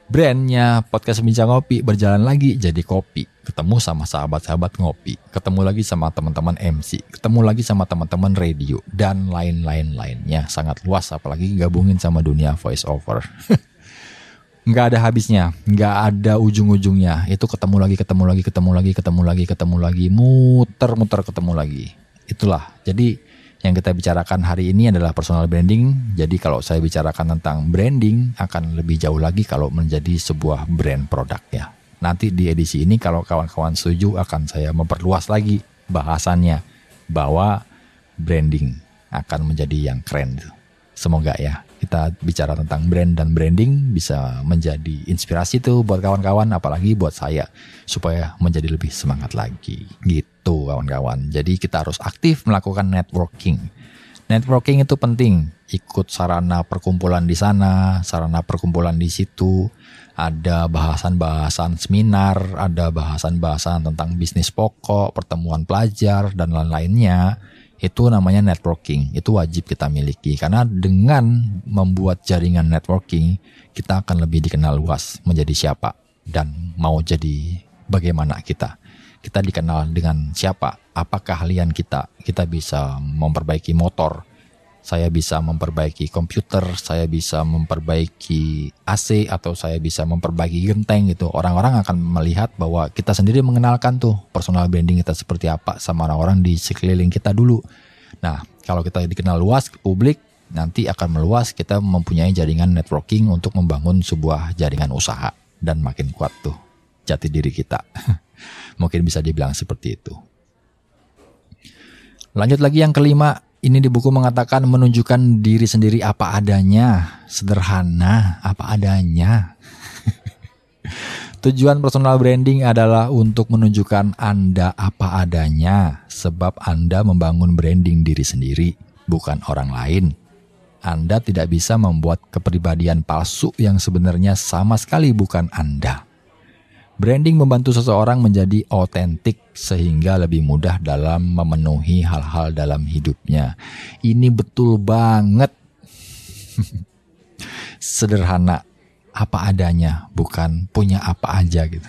brandnya podcast Bincang Ngopi berjalan lagi jadi kopi. Ketemu sama sahabat-sahabat ngopi. Ketemu lagi sama teman-teman M C. Ketemu lagi sama teman-teman radio. Dan lain-lain lainnya. Sangat luas apalagi gabungin sama dunia voice over. Nggak ada habisnya. Nggak ada ujung-ujungnya. Itu ketemu lagi, ketemu lagi, ketemu lagi, ketemu lagi, ketemu lagi. Muter-muter ketemu lagi. Itulah. Jadi yang kita bicarakan hari ini adalah personal branding. Jadi kalau saya bicarakan tentang branding akan lebih jauh lagi kalau menjadi sebuah brand produk ya. Nanti di edisi ini kalau kawan-kawan setuju akan saya memperluas lagi bahasannya bahwa branding akan menjadi yang keren. Semoga ya kita bicara tentang brand dan branding bisa menjadi inspirasi tuh buat kawan-kawan apalagi buat saya supaya menjadi lebih semangat lagi gitu kawan-kawan. Jadi kita harus aktif melakukan networking. Networking itu penting, ikut sarana perkumpulan di sana, sarana perkumpulan di situ, ada bahasan-bahasan seminar, ada bahasan-bahasan tentang bisnis pokok, pertemuan pelajar dan lain-lainnya. Itu namanya networking, itu wajib kita miliki. Karena dengan membuat jaringan networking, kita akan lebih dikenal luas menjadi siapa dan mau jadi bagaimana kita. Kita dikenal dengan siapa, apa keahlian kita. Kita bisa memperbaiki motor, saya bisa memperbaiki komputer, saya bisa memperbaiki A C, atau saya bisa memperbaiki genteng gitu. Orang-orang akan melihat bahwa kita sendiri mengenalkan tuh personal branding kita seperti apa sama orang-orang di sekeliling kita dulu. Nah, kalau kita dikenal luas ke publik, nanti akan meluas, kita mempunyai jaringan networking untuk membangun sebuah jaringan usaha. Dan makin kuat tuh jati diri kita. Mungkin bisa dibilang seperti itu. Lanjut lagi yang kelima. Ini di buku mengatakan menunjukkan diri sendiri apa adanya, sederhana, apa adanya. Tujuan personal branding adalah untuk menunjukkan Anda apa adanya, sebab Anda membangun branding diri sendiri, bukan orang lain. Anda tidak bisa membuat kepribadian palsu yang sebenarnya sama sekali bukan Anda. Branding membantu seseorang menjadi otentik sehingga lebih mudah dalam memenuhi hal-hal dalam hidupnya. Ini betul banget. Sederhana, apa adanya, bukan punya apa aja gitu.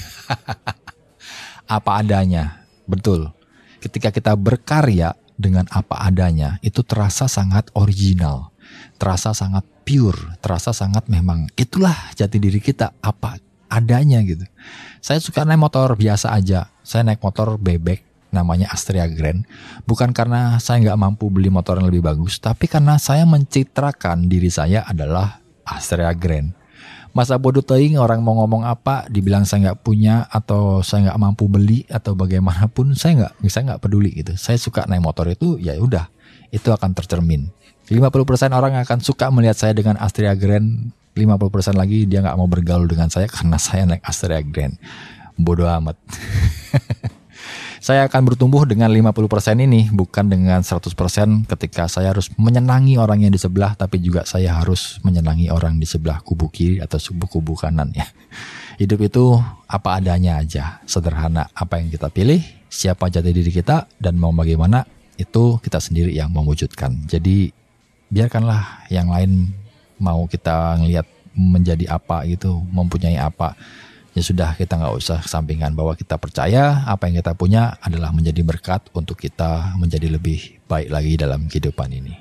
Apa adanya, betul. Ketika kita berkarya dengan apa adanya, itu terasa sangat original, terasa sangat pure, terasa sangat memang itulah jati diri kita, apa adanya gitu. Saya suka naik motor biasa aja. Saya naik motor bebek namanya Astrea Grand. Bukan karena saya nggak mampu beli motor yang lebih bagus, tapi karena saya mencitrakan diri saya adalah Astrea Grand. Masa bodoh teuing orang mau ngomong apa, dibilang saya nggak punya atau saya nggak mampu beli atau bagaimanapun, saya nggak, saya nggak peduli gitu. Saya suka naik motor itu, ya udah, itu akan tercermin. lima puluh persen orang akan suka melihat saya dengan Astrea Grand. lima puluh persen lagi dia gak mau bergaul dengan saya karena saya naik Astrea Grand. Bodoh amat. Saya akan bertumbuh dengan lima puluh persen ini, bukan dengan seratus persen ketika saya harus menyenangi orang yang di sebelah, tapi juga saya harus menyenangi orang di sebelah kubu kiri atau kubu kanan ya. Hidup itu apa adanya aja, sederhana. Apa yang kita pilih, siapa jati diri kita, dan mau bagaimana, itu kita sendiri yang mewujudkan. Jadi biarkanlah yang lain mau kita ngelihat menjadi apa gitu, mempunyai apa, ya sudah, kita nggak usah sampingkan bahwa kita percaya apa yang kita punya adalah menjadi berkat untuk kita menjadi lebih baik lagi dalam kehidupan ini.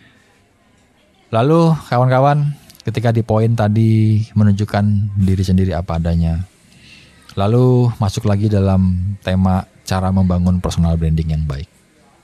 Lalu kawan-kawan, ketika di poin tadi menunjukkan diri sendiri apa adanya, lalu masuk lagi dalam tema cara membangun personal branding yang baik.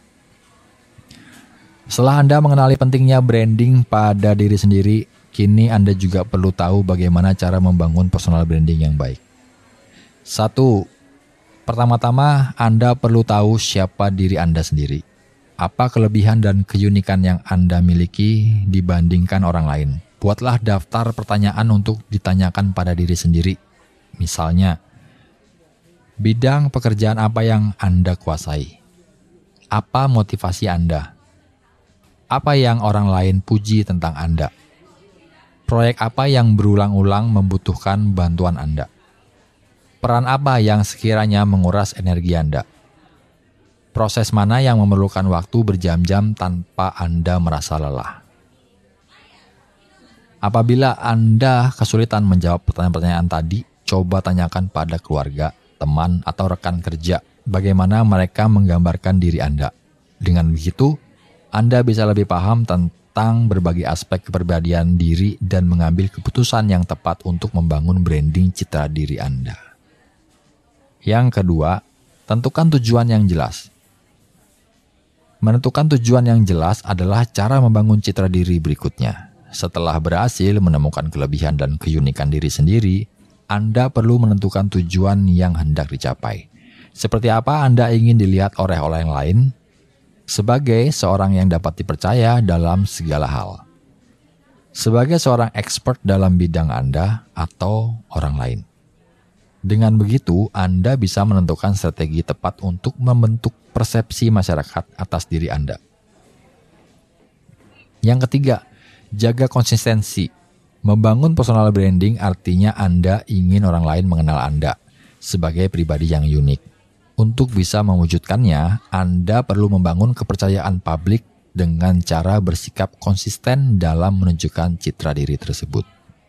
Setelah Anda mengenali pentingnya branding pada diri sendiri, kini Anda juga perlu tahu bagaimana cara membangun personal branding yang baik. Satu, pertama-tama Anda perlu tahu siapa diri Anda sendiri. Apa kelebihan dan keunikan yang Anda miliki dibandingkan orang lain. Buatlah daftar pertanyaan untuk ditanyakan pada diri sendiri. Misalnya, bidang pekerjaan apa yang Anda kuasai? Apa motivasi Anda? Apa yang orang lain puji tentang Anda? Proyek apa yang berulang-ulang membutuhkan bantuan Anda? Peran apa yang sekiranya menguras energi Anda? Proses mana yang memerlukan waktu berjam-jam tanpa Anda merasa lelah? Apabila Anda kesulitan menjawab pertanyaan-pertanyaan tadi, coba tanyakan pada keluarga, teman, atau rekan kerja bagaimana mereka menggambarkan diri Anda. Dengan begitu, Anda bisa lebih paham tentang berbagai aspek kepribadian diri dan mengambil keputusan yang tepat untuk membangun branding citra diri Anda. Yang kedua, tentukan tujuan yang jelas. Menentukan tujuan yang jelas adalah cara membangun citra diri berikutnya. Setelah berhasil menemukan kelebihan dan keunikan diri sendiri, Anda perlu menentukan tujuan yang hendak dicapai. Seperti apa Anda ingin dilihat oleh orang lain sebagai seorang yang dapat dipercaya dalam segala hal. Sebagai seorang expert dalam bidang Anda atau orang lain. Dengan begitu, Anda bisa menentukan strategi tepat untuk membentuk persepsi masyarakat atas diri Anda. Yang ketiga, jaga konsistensi. Membangun personal branding artinya Anda ingin orang lain mengenal Anda sebagai pribadi yang unik. Untuk bisa mewujudkannya, Anda perlu membangun kepercayaan publik dengan cara bersikap konsisten dalam menunjukkan citra diri tersebut.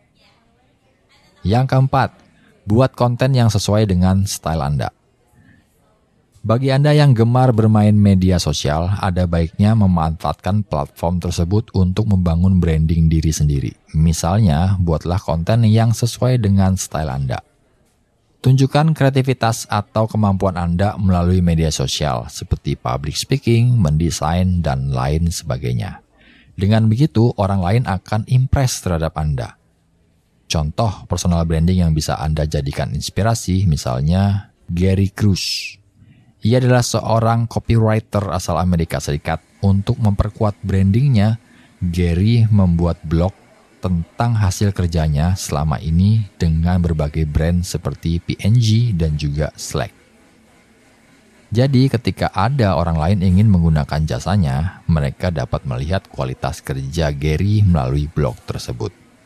Yang keempat, buat konten yang sesuai dengan style Anda. Bagi Anda yang gemar bermain media sosial, ada baiknya memanfaatkan platform tersebut untuk membangun branding diri sendiri. Misalnya, buatlah konten yang sesuai dengan style Anda. Tunjukkan kreativitas atau kemampuan Anda melalui media sosial, seperti public speaking, mendesain, dan lain sebagainya. Dengan begitu, orang lain akan impress terhadap Anda. Contoh personal branding yang bisa Anda jadikan inspirasi, misalnya Gary Kruse. Ia adalah seorang copywriter asal Amerika Serikat. Untuk memperkuat brandingnya, Gary membuat blog tentang hasil kerjanya selama ini dengan berbagai brand seperti P and G dan juga Slack. Jadi ketika ada orang lain ingin menggunakan jasanya, mereka dapat melihat kualitas kerja Gary melalui blog tersebut.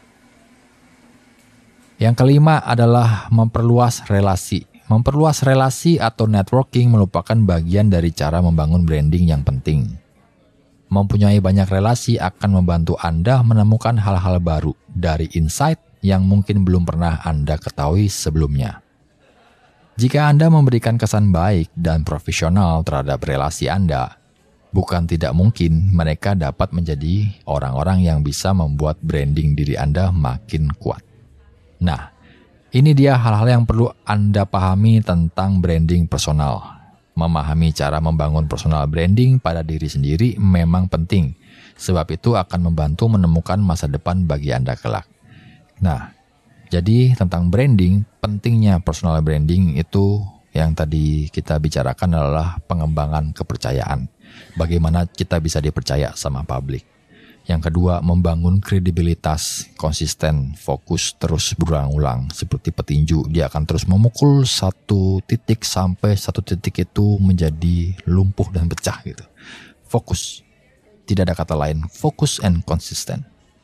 Yang kelima adalah memperluas relasi. Memperluas relasi atau networking merupakan bagian dari cara membangun branding yang penting. Mempunyai banyak relasi akan membantu Anda menemukan hal-hal baru dari insight yang mungkin belum pernah Anda ketahui sebelumnya. Jika Anda memberikan kesan baik dan profesional terhadap relasi Anda, bukan tidak mungkin mereka dapat menjadi orang-orang yang bisa membuat branding diri Anda makin kuat. Nah, ini dia hal-hal yang perlu Anda pahami tentang branding personal. Memahami cara membangun personal branding pada diri sendiri memang penting, sebab itu akan membantu menemukan masa depan bagi Anda kelak. Nah, jadi tentang branding, pentingnya personal branding itu yang tadi kita bicarakan adalah pengembangan kepercayaan. Bagaimana kita bisa dipercaya sama publik. Yang kedua, membangun kredibilitas, konsisten, fokus, terus berulang-ulang. Seperti petinju, dia akan terus memukul satu titik sampai satu titik itu menjadi lumpuh dan pecah gitu. Fokus, tidak ada kata lain, fokus and konsisten.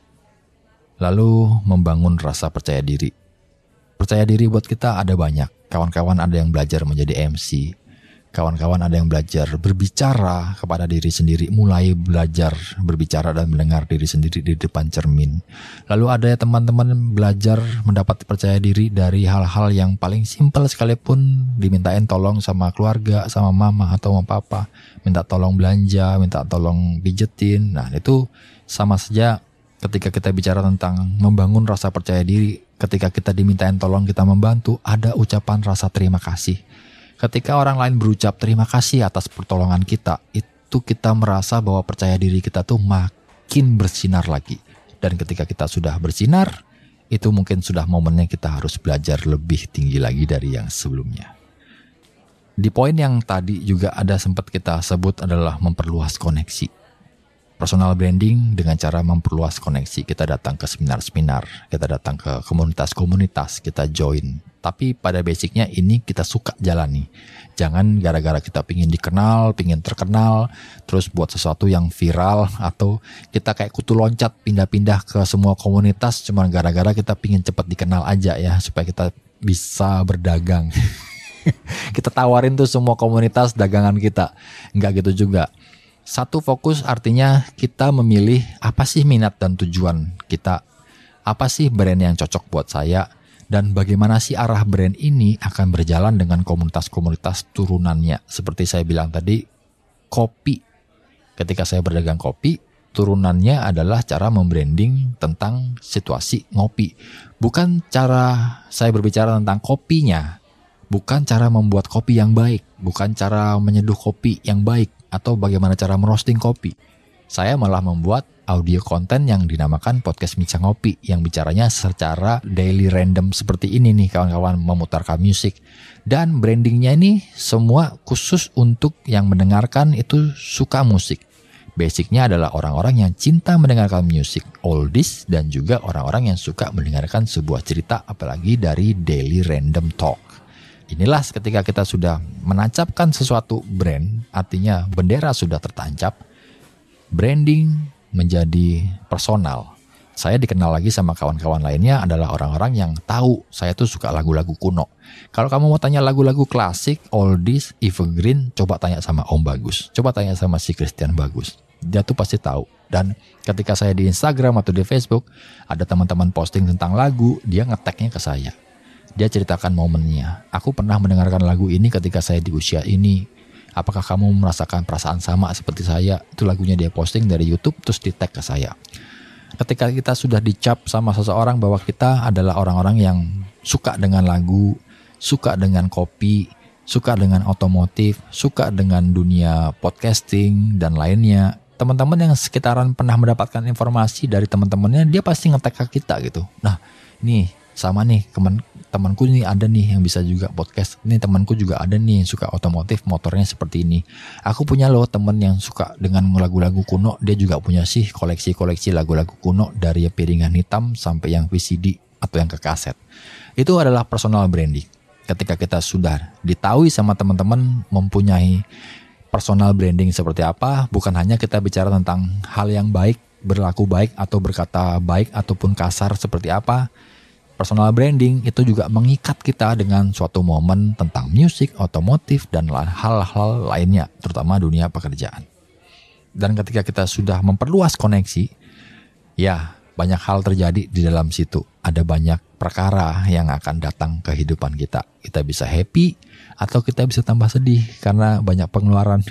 Lalu membangun rasa percaya diri. Percaya diri buat kita ada banyak. Kawan-kawan ada yang belajar menjadi M C. Kawan-kawan ada yang belajar berbicara kepada diri sendiri, mulai belajar berbicara dan mendengar diri sendiri di depan cermin. Lalu ada ya teman-teman belajar mendapat percaya diri dari hal-hal yang paling simpel sekalipun, dimintain tolong sama keluarga, sama mama atau sama papa, minta tolong belanja, minta tolong pijetin. Nah, itu sama saja ketika kita bicara tentang membangun rasa percaya diri. Ketika kita dimintain tolong, kita membantu, ada ucapan rasa terima kasih. Ketika orang lain berucap terima kasih atas pertolongan kita, itu kita merasa bahwa percaya diri kita tuh makin bersinar lagi. Dan ketika kita sudah bersinar, itu mungkin sudah momennya kita harus belajar lebih tinggi lagi dari yang sebelumnya. Di poin yang tadi juga ada sempat kita sebut adalah memperluas koneksi. Personal branding dengan cara memperluas koneksi. Kita datang ke seminar-seminar, kita datang ke komunitas-komunitas, kita join. Tapi pada basicnya ini kita suka jalani. Jangan gara-gara kita pingin dikenal, pingin terkenal, terus buat sesuatu yang viral, atau kita kayak kutu loncat pindah-pindah ke semua komunitas cuma gara-gara kita pingin cepat dikenal aja ya, supaya kita bisa berdagang. Kita tawarin tuh semua komunitas dagangan kita. Enggak gitu juga. Satu fokus artinya kita memilih apa sih minat dan tujuan kita Apa sih brand yang cocok buat saya? Dan bagaimana sih arah brand ini akan berjalan dengan komunitas-komunitas turunannya? Seperti saya bilang tadi, kopi. Ketika saya berdagang kopi, turunannya adalah cara membranding tentang situasi ngopi. Bukan cara saya berbicara tentang kopinya. Bukan cara membuat kopi yang baik. Bukan cara menyeduh kopi yang baik. Atau bagaimana cara merosting kopi. Saya malah membuat audio konten yang dinamakan podcast Bincang Ngopi, yang bicaranya secara daily random seperti ini nih kawan-kawan, memutarkan musik. Dan brandingnya ini semua khusus untuk yang mendengarkan itu suka musik. Basicnya adalah orang-orang yang cinta mendengarkan musik oldies dan juga orang-orang yang suka mendengarkan sebuah cerita, apalagi dari daily random talk. Inilah ketika kita sudah menancapkan sesuatu brand, artinya bendera sudah tertancap, branding menjadi personal. Saya dikenal lagi sama kawan-kawan lainnya adalah orang-orang yang tahu saya tuh suka lagu-lagu kuno. Kalau kamu mau tanya lagu-lagu klasik, oldies, evergreen, coba tanya sama Om Bagus. Coba tanya sama si Christian Bagus. Dia tuh pasti tahu. Dan ketika saya di Instagram atau di Facebook, ada teman-teman posting tentang lagu, dia nge-tag-nya ke saya. Dia ceritakan momennya. Aku pernah mendengarkan lagu ini ketika saya di usia ini. Apakah kamu merasakan perasaan sama seperti saya? Itu lagunya dia posting dari YouTube terus di tag ke saya. Ketika kita sudah dicap sama seseorang bahwa kita adalah orang-orang yang suka dengan lagu, suka dengan kopi, suka dengan otomotif, suka dengan dunia podcasting dan lainnya, teman-teman yang sekitaran pernah mendapatkan informasi dari teman-temannya, dia pasti nge-tag ke kita gitu. Nah, nih sama nih teman temanku nih ada nih yang bisa juga podcast. Nih temanku juga ada nih yang suka otomotif, motornya seperti ini. Aku punya loh teman yang suka dengan lagu-lagu kuno. Dia juga punya sih koleksi-koleksi lagu-lagu kuno dari piringan hitam sampai yang V C D atau yang ke kaset. Itu adalah personal branding. Ketika kita sudah ditahui sama teman-teman mempunyai personal branding seperti apa, bukan hanya kita bicara tentang hal yang baik, berlaku baik atau berkata baik ataupun kasar seperti apa. Personal branding itu juga mengikat kita dengan suatu momen tentang musik, otomotif, dan hal-hal lainnya, terutama dunia pekerjaan. Dan ketika kita sudah memperluas koneksi, ya banyak hal terjadi di dalam situ. Ada banyak perkara yang akan datang ke kehidupan kita. Kita bisa happy atau kita bisa tambah sedih karena banyak pengeluaran.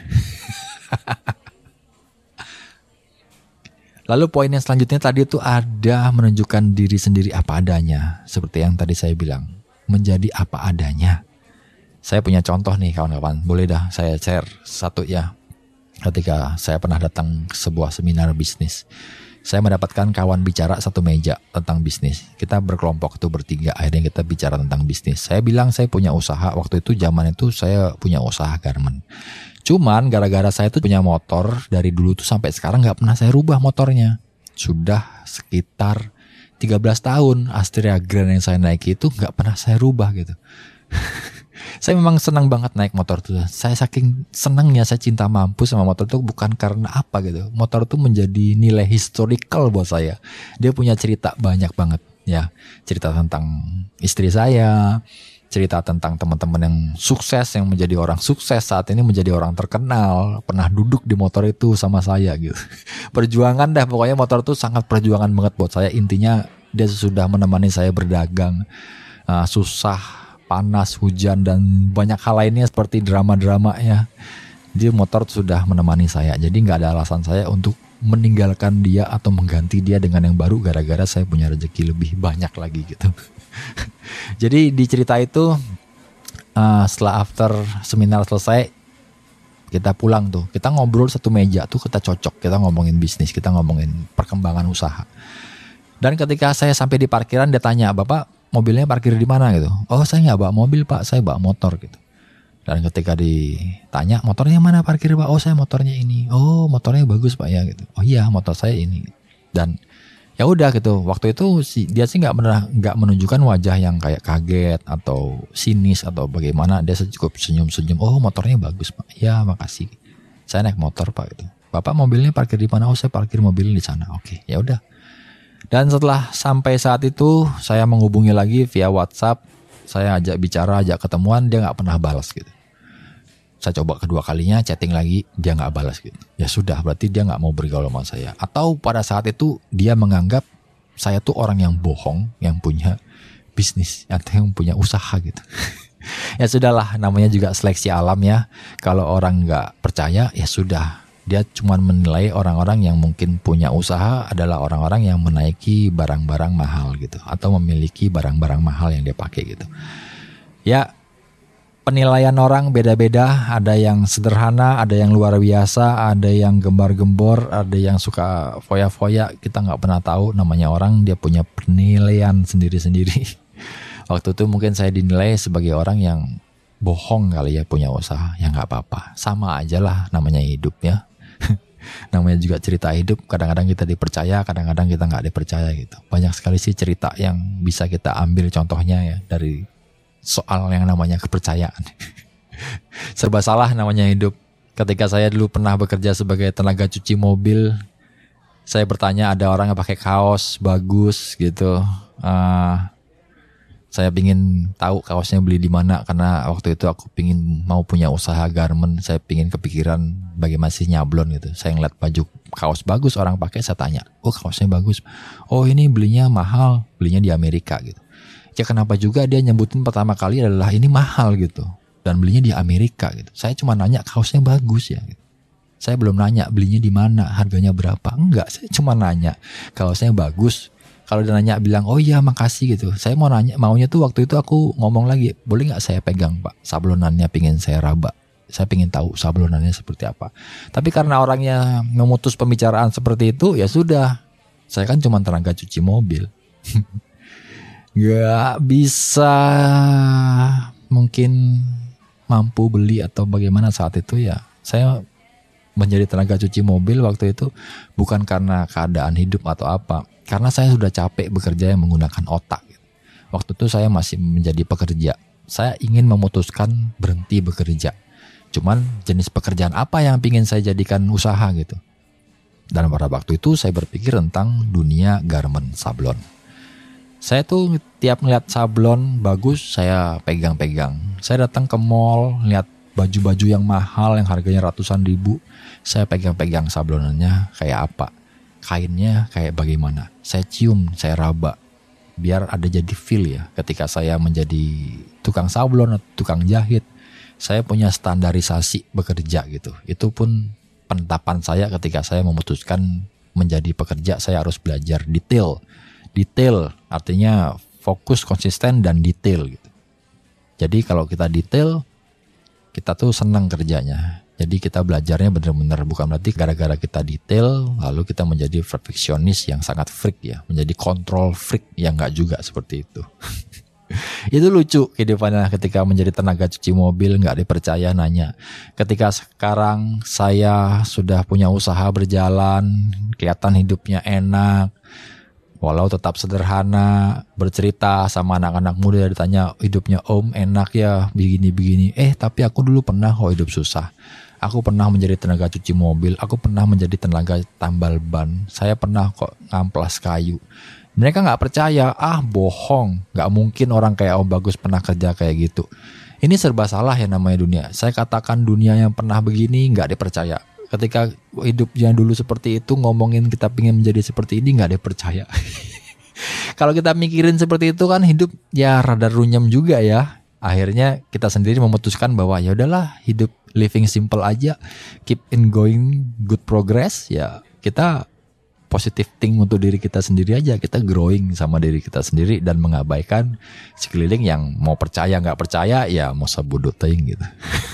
Lalu poin yang selanjutnya tadi itu ada menunjukkan diri sendiri apa adanya. Seperti yang tadi saya bilang, menjadi apa adanya. Saya punya contoh nih kawan-kawan, boleh dah saya share satu ya. Ketika saya pernah datang ke sebuah seminar bisnis, saya mendapatkan kawan bicara satu meja tentang bisnis. Kita berkelompok itu bertiga, akhirnya kita bicara tentang bisnis. Saya bilang saya punya usaha, waktu itu zaman itu saya punya usaha garment. Cuman gara-gara saya tuh punya motor dari dulu tuh sampai sekarang gak pernah saya rubah motornya. Sudah sekitar tiga belas tahun Astrea Grand yang saya naiki itu gak pernah saya rubah gitu. Saya memang senang banget naik motor tuh. Saya saking senangnya saya cinta mampus sama motor tuh bukan karena apa gitu. Motor tuh menjadi nilai historical buat saya. Dia punya cerita banyak banget ya. Cerita tentang istri saya, cerita tentang teman-teman yang sukses, yang menjadi orang sukses saat ini menjadi orang terkenal, pernah duduk di motor itu sama saya gitu. Perjuangan dah pokoknya motor itu sangat perjuangan banget buat saya. Intinya dia sudah menemani saya berdagang, uh, susah, panas, hujan dan banyak hal lainnya seperti drama-drama ya. Dia motor sudah menemani saya. Jadi nggak ada alasan saya untuk meninggalkan dia atau mengganti dia dengan yang baru gara-gara saya punya rezeki lebih banyak lagi gitu. Jadi di cerita itu uh, setelah after seminar selesai kita pulang tuh, kita ngobrol satu meja tuh, kita cocok, kita ngomongin bisnis, kita ngomongin perkembangan usaha. Dan ketika saya sampai di parkiran dia tanya, "Bapak mobilnya parkir di mana?" gitu. "Oh, saya nggak bawa mobil Pak, saya bawa motor" gitu. Dan ketika ditanya, "Motornya mana parkir Pak?" "Oh, saya motornya ini." "Oh, motornya bagus Pak ya" gitu. "Oh iya, motor saya ini." Dan ya udah gitu. Waktu itu si dia sih nggak pernah nggak menunjukkan wajah yang kayak kaget atau sinis atau bagaimana. Dia cukup senyum-senyum. "Oh, motornya bagus Pak." "Ya, makasih. Saya naik motor Pak." gitu. "Bapak mobilnya parkir di mana?" "Oh, saya parkir mobilnya di sana." "Oke, ya udah." Dan setelah sampai saat itu saya menghubungi lagi via WhatsApp. Saya ajak bicara, ajak ketemuan, dia nggak pernah balas gitu. Saya coba kedua kalinya chatting lagi, dia nggak balas gitu. Ya sudah, berarti dia nggak mau bergaul sama saya. Atau pada saat itu dia menganggap saya tuh orang yang bohong, yang punya bisnis atau yang punya usaha gitu. Ya sudahlah, namanya juga seleksi alam ya. Kalau orang nggak percaya ya sudah, dia cuma menilai orang-orang yang mungkin punya usaha adalah orang-orang yang menaiki barang-barang mahal gitu, atau memiliki barang-barang mahal yang dia pakai gitu. Ya, penilaian orang beda-beda, ada yang sederhana, ada yang luar biasa, ada yang gembar-gembor, ada yang suka foya-foya. Kita nggak pernah tahu, namanya orang, dia punya penilaian sendiri-sendiri. Waktu itu mungkin saya dinilai sebagai orang yang bohong kali ya, punya usaha. Ya nggak apa-apa, sama aja lah, namanya hidup ya. Namanya juga cerita hidup, kadang-kadang kita dipercaya, kadang-kadang kita nggak dipercaya gitu. Banyak sekali sih cerita yang bisa kita ambil contohnya ya dari soal yang namanya kepercayaan. Serba salah namanya hidup. Ketika saya dulu pernah bekerja sebagai tenaga cuci mobil, saya bertanya, ada orang yang pakai kaos bagus gitu. Uh, saya pingin tahu kaosnya beli di mana, karena waktu itu aku pingin mau punya usaha garment. Saya pingin kepikiran bagaimana sih nyablon gitu. Saya ngeliat baju kaos bagus orang pakai, saya tanya, oh kaosnya bagus. Oh ini belinya mahal, belinya di Amerika gitu. Ya kenapa juga dia nyebutin pertama kali adalah ini mahal gitu, dan belinya di Amerika gitu. Saya cuma nanya kaosnya bagus ya gitu. Saya belum nanya belinya di mana, harganya berapa. Enggak, saya cuma nanya kaosnya bagus. Kalau dia nanya bilang oh iya makasih gitu, saya mau nanya, maunya tuh waktu itu aku ngomong lagi, boleh nggak saya pegang Pak sablonannya, pingin saya raba, saya pingin tahu sablonannya seperti apa. Tapi karena orangnya memutus pembicaraan seperti itu, ya sudah, saya kan cuma tenaga cuci mobil. Gak bisa mungkin mampu beli atau bagaimana saat itu ya. Saya menjadi tenaga cuci mobil waktu itu bukan karena keadaan hidup atau apa, karena saya sudah capek bekerja yang menggunakan otak. Waktu itu saya masih menjadi pekerja, saya ingin memutuskan berhenti bekerja. Cuman jenis pekerjaan apa yang ingin saya jadikan usaha gitu. Dan pada waktu itu saya berpikir tentang dunia garment sablon. Saya tuh tiap ngeliat sablon bagus, saya pegang-pegang. Saya datang ke mall, lihat baju-baju yang mahal yang harganya ratusan ribu, saya pegang-pegang sablonannya kayak apa, kainnya kayak bagaimana. Saya cium, saya raba, biar ada jadi feel ya. Ketika saya menjadi tukang sablon atau tukang jahit, saya punya standarisasi bekerja gitu. Itu pun penetapan saya ketika saya memutuskan menjadi pekerja, saya harus belajar detail. Detail artinya fokus, konsisten, dan detail gitu. Jadi kalau kita detail, kita tuh senang kerjanya. Jadi kita belajarnya benar-benar, bukan berarti gara-gara kita detail lalu kita menjadi perfeksionis yang sangat freak ya, menjadi control freak, yang enggak juga seperti itu. Itu lucu kehidupannya ketika menjadi tenaga cuci mobil, nggak dipercaya nanya. Ketika sekarang saya sudah punya usaha berjalan, kelihatan hidupnya enak, walau tetap sederhana, bercerita sama anak-anak muda, ditanya hidupnya om enak ya begini-begini. Eh tapi aku dulu pernah kok hidup susah. Aku pernah menjadi tenaga cuci mobil, aku pernah menjadi tenaga tambal ban, saya pernah kok ngamplas kayu. Mereka gak percaya, ah bohong, gak mungkin orang kayak Om Bagus pernah kerja kayak gitu. Ini serba salah ya namanya dunia. Saya katakan dunia yang pernah begini gak dipercaya. Ketika hidupnya dulu seperti itu, ngomongin kita pengen menjadi seperti ini gak dipercaya. Kalau kita mikirin seperti itu kan hidup ya rada runyam juga ya. Akhirnya kita sendiri memutuskan bahwa ya udahlah, hidup living simple aja, keep in going, good progress ya. Kita positive think untuk diri kita sendiri aja, kita growing sama diri kita sendiri dan mengabaikan sekeliling yang mau percaya nggak percaya ya mau sabudut ting gitu.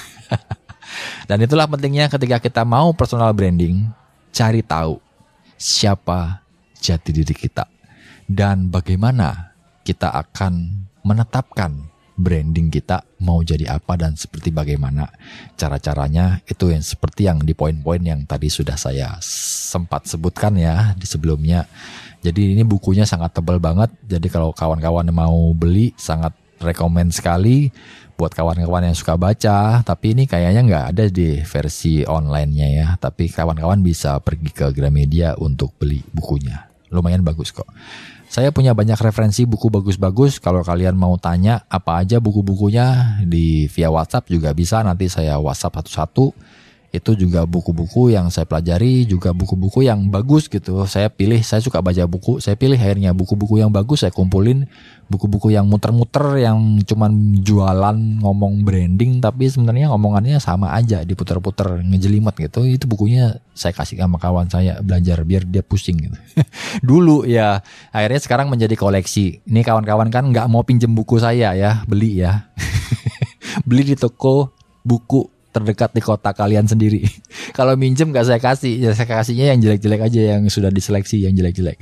Dan itulah pentingnya ketika kita mau personal branding, cari tahu siapa jati diri kita dan bagaimana kita akan menetapkan branding kita mau jadi apa dan seperti bagaimana cara-caranya. Itu yang seperti yang di poin-poin yang tadi sudah saya sempat sebutkan ya di sebelumnya. Jadi ini bukunya sangat tebal banget, jadi kalau kawan-kawan mau beli sangat rekomen sekali buat kawan-kawan yang suka baca. Tapi ini kayaknya nggak ada di versi online-nya ya, tapi kawan-kawan bisa pergi ke Gramedia untuk beli bukunya, lumayan bagus kok. Saya punya banyak referensi buku bagus-bagus. Kalau kalian mau tanya apa aja buku-bukunya di via WhatsApp juga bisa. Nanti saya WhatsApp satu-satu. Itu juga buku-buku yang saya pelajari, juga buku-buku yang bagus gitu. Saya pilih, saya suka baca buku, saya pilih akhirnya buku-buku yang bagus saya kumpulin. Buku-buku yang muter-muter, yang cuman jualan ngomong branding, tapi sebenarnya ngomongannya sama aja, diputer-puter, ngejelimet gitu. Itu bukunya saya kasih sama kawan saya belajar biar dia pusing gitu. Dulu ya, akhirnya sekarang menjadi koleksi. Ini kawan-kawan kan nggak mau pinjem buku saya ya, beli ya. Beli di toko buku terdekat di kota kalian sendiri. Kalau minjem gak saya kasih, ya saya kasihnya yang jelek-jelek aja, yang sudah diseleksi yang jelek-jelek.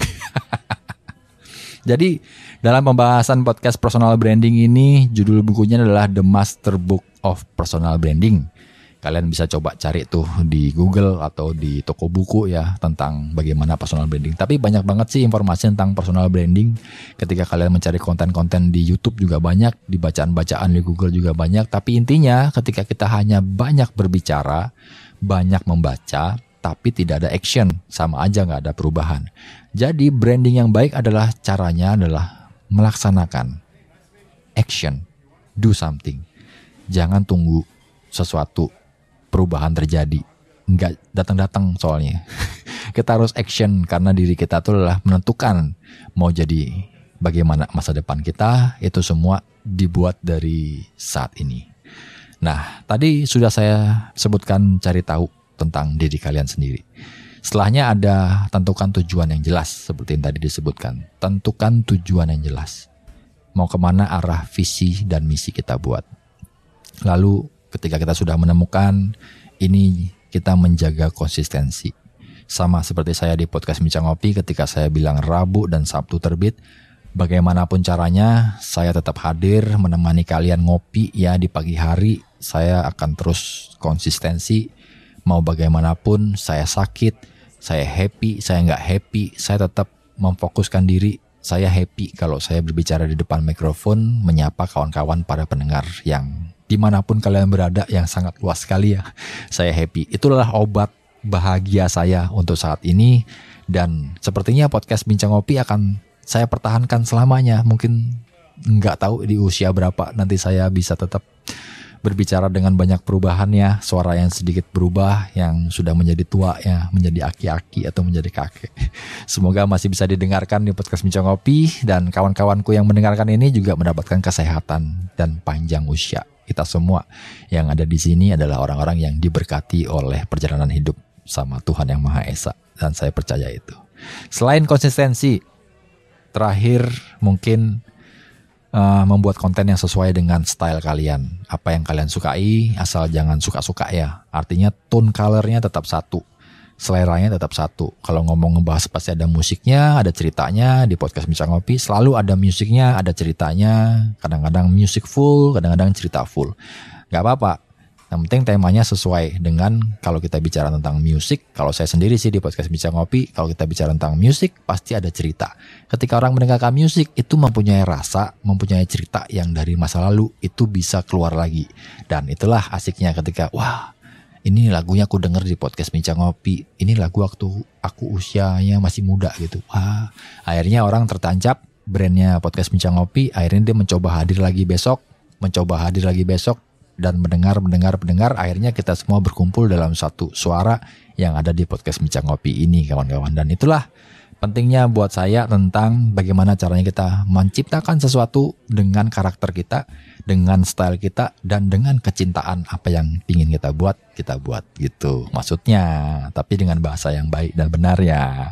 Jadi dalam pembahasan podcast personal branding ini, judul bukunya adalah The Master Book of Personal Branding. Kalian bisa coba cari tuh di Google atau di toko buku ya tentang bagaimana personal branding. Tapi banyak banget sih informasi tentang personal branding. Ketika kalian mencari konten-konten di YouTube juga banyak, di bacaan-bacaan di Google juga banyak. Tapi intinya ketika kita hanya banyak berbicara, banyak membaca, tapi tidak ada action, sama aja nggak ada perubahan. Jadi branding yang baik adalah caranya adalah melaksanakan action, do something. Jangan tunggu sesuatu perubahan terjadi, nggak datang-datang soalnya. Kita harus action karena diri kita itu adalah menentukan mau jadi bagaimana masa depan kita. Itu semua dibuat dari saat ini. Nah, tadi sudah saya sebutkan cari tahu tentang diri kalian sendiri. Setelahnya ada tentukan tujuan yang jelas seperti yang tadi disebutkan. Tentukan tujuan yang jelas. Mau kemana arah visi dan misi kita buat. Lalu ketika kita sudah menemukan ini, kita menjaga konsistensi. Sama seperti saya di podcast Bincang Ngopi ketika saya bilang Rabu dan Sabtu terbit. Bagaimanapun caranya, saya tetap hadir menemani kalian ngopi ya di pagi hari. Saya akan terus konsistensi. Mau bagaimanapun, saya sakit, saya happy, saya nggak happy, saya tetap memfokuskan diri. Saya happy kalau saya berbicara di depan mikrofon, menyapa kawan-kawan para pendengar yang dimanapun kalian berada, yang sangat luas sekali ya. Saya happy. Itulah obat bahagia saya untuk saat ini. Dan sepertinya podcast Bincang Ngopi akan saya pertahankan selamanya. Mungkin nggak tahu di usia berapa nanti saya bisa tetap berbicara dengan banyak perubahan ya. Suara yang sedikit berubah, yang sudah menjadi tua ya, menjadi aki-aki atau menjadi kakek. Semoga masih bisa didengarkan di podcast Bincang Ngopi. Dan kawan-kawanku yang mendengarkan ini juga mendapatkan kesehatan dan panjang usia. Kita semua yang ada di sini adalah orang-orang yang diberkati oleh perjalanan hidup sama Tuhan Yang Maha Esa. Dan saya percaya itu. Selain konsistensi, terakhir mungkin uh, membuat konten yang sesuai dengan style kalian. Apa yang kalian sukai, asal jangan suka-suka ya. Artinya tone colornya tetap satu. Seleranya tetap satu. Kalau ngomong ngebahas pasti ada musiknya, ada ceritanya. Di podcast Bincang Ngopi selalu ada musiknya, ada ceritanya. Kadang-kadang musik full, kadang-kadang cerita full. Gak apa-apa. Yang penting temanya sesuai dengan kalau kita bicara tentang musik. Kalau saya sendiri sih di podcast Bincang Ngopi, kalau kita bicara tentang musik pasti ada cerita. Ketika orang mendengarkan musik itu mempunyai rasa, mempunyai cerita yang dari masa lalu itu bisa keluar lagi. Dan itulah asiknya ketika wah, ini lagunya aku denger di podcast Bincang Ngopi. Ini lagu waktu aku usianya masih muda gitu. Wah, akhirnya orang tertancap brandnya podcast Bincang Ngopi. Akhirnya dia mencoba hadir lagi besok, mencoba hadir lagi besok, dan mendengar, mendengar, mendengar. Akhirnya kita semua berkumpul dalam satu suara yang ada di podcast Bincang Ngopi ini, kawan-kawan. Dan itulah pentingnya buat saya tentang bagaimana caranya kita menciptakan sesuatu dengan karakter kita, dengan style kita, dan dengan kecintaan apa yang ingin kita buat, kita buat gitu maksudnya. Tapi dengan bahasa yang baik dan benar ya.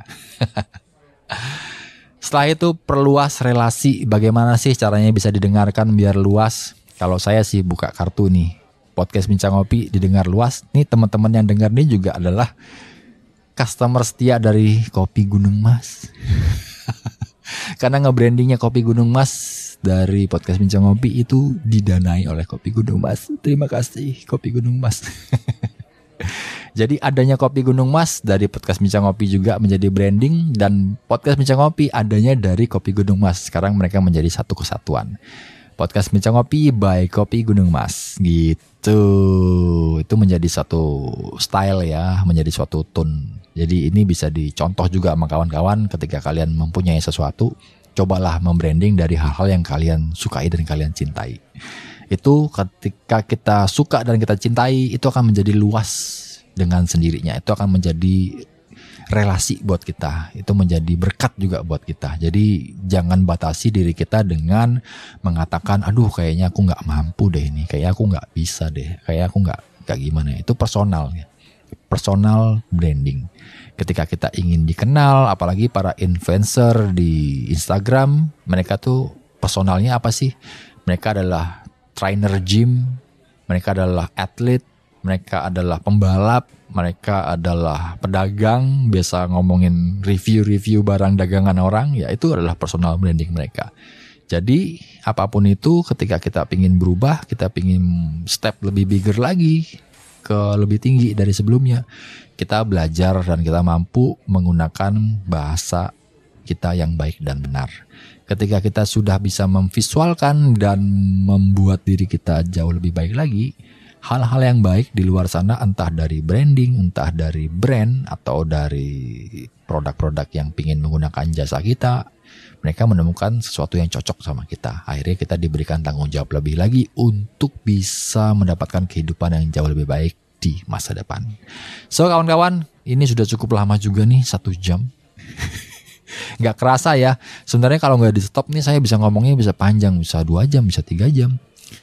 Setelah itu perluas relasi. Bagaimana sih caranya bisa didengarkan biar luas? Kalau saya sih buka kartu nih, podcast Bincang Ngopi didengar luas. Nih teman-teman yang dengar nih juga adalah customer setia dari Kopi Gunung Mas. Karena nge-brandingnya Kopi Gunung Mas dari podcast Bincang Ngopi itu didanai oleh Kopi Gunung Mas. Terima kasih Kopi Gunung Mas. Jadi adanya Kopi Gunung Mas dari podcast Bincang Ngopi juga menjadi branding. Dan podcast Bincang Ngopi adanya dari Kopi Gunung Mas. Sekarang mereka menjadi satu kesatuan. Podcast Bincang Ngopi by Kopi Gunung Mas gitu. Itu menjadi satu style ya, menjadi suatu tone. Jadi ini bisa dicontoh juga sama kawan-kawan ketika kalian mempunyai sesuatu, cobalah membranding dari hal-hal yang kalian sukai dan kalian cintai. Itu ketika kita suka dan kita cintai, itu akan menjadi luas dengan sendirinya. Itu akan menjadi relasi buat kita, itu menjadi berkat juga buat kita. Jadi jangan batasi diri kita dengan mengatakan, aduh kayaknya aku nggak mampu deh ini, kayak aku nggak bisa deh, kayak aku nggak kayak gimana. Itu personal ya, personal branding. Ketika kita ingin dikenal, apalagi para influencer di Instagram, mereka tuh personalnya apa sih? Mereka adalah trainer gym, mereka adalah atlet, mereka adalah pembalap, mereka adalah pedagang, biasa ngomongin review-review barang dagangan orang, ya itu adalah personal branding mereka. Jadi apapun itu, ketika kita pingin berubah, kita pingin step lebih bigger lagi, ke lebih tinggi dari sebelumnya, kita belajar dan kita mampu menggunakan bahasa kita yang baik dan benar. Ketika kita sudah bisa memvisualkan dan membuat diri kita jauh lebih baik lagi, hal-hal yang baik di luar sana, entah dari branding, entah dari brand, atau dari produk-produk yang ingin menggunakan jasa kita, mereka menemukan sesuatu yang cocok sama kita. Akhirnya kita diberikan tanggung jawab lebih lagi untuk bisa mendapatkan kehidupan yang jauh lebih baik di masa depan. So kawan-kawan, ini sudah cukup lama juga nih, satu jam. Gak kerasa ya, sebenarnya kalau gak di stop nih saya bisa ngomongnya bisa panjang, bisa dua jam, bisa tiga jam.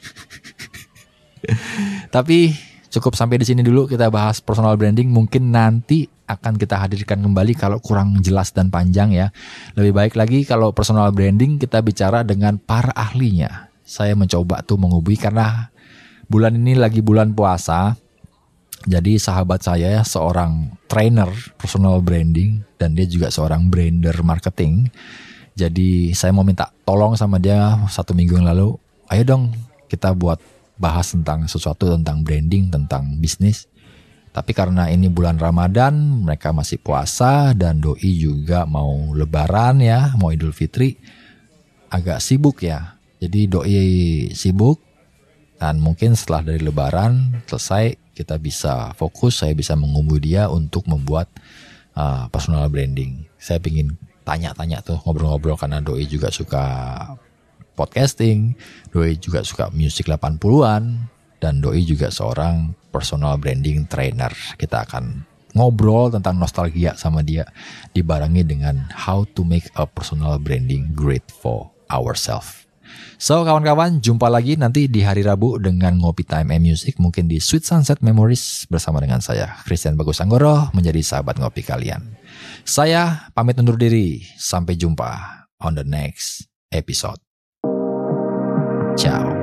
Tapi cukup sampai di sini dulu kita bahas personal branding. Mungkin nanti akan kita hadirkan kembali kalau kurang jelas dan panjang ya. Lebih baik lagi kalau personal branding kita bicara dengan para ahlinya. Saya mencoba tuh menghubungi karena bulan ini lagi bulan puasa. Jadi sahabat saya seorang trainer personal branding dan dia juga seorang brander marketing. Jadi saya mau minta tolong sama dia satu minggu yang lalu. Ayo dong kita buat bahas tentang sesuatu, tentang branding, tentang bisnis. Tapi karena ini bulan Ramadan, mereka masih puasa dan doi juga mau lebaran ya, mau Idul Fitri, agak sibuk ya. Jadi doi sibuk dan mungkin setelah dari lebaran selesai kita bisa fokus, saya bisa menghubungi dia untuk membuat uh, personal branding. Saya ingin tanya-tanya tuh, ngobrol-ngobrol karena doi juga suka podcasting, doi juga suka musik delapan puluhan, dan doi juga seorang personal branding trainer. Kita akan ngobrol tentang nostalgia sama dia, dibarengi dengan how to make a personal branding great for ourselves. So kawan-kawan, jumpa lagi nanti di hari Rabu dengan Ngopi Time and Music, mungkin di Sweet Sunset Memories bersama dengan saya, Christian Bagus Anggoro, menjadi sahabat ngopi kalian. Saya pamit undur diri, sampai jumpa on the next episode. Ciao.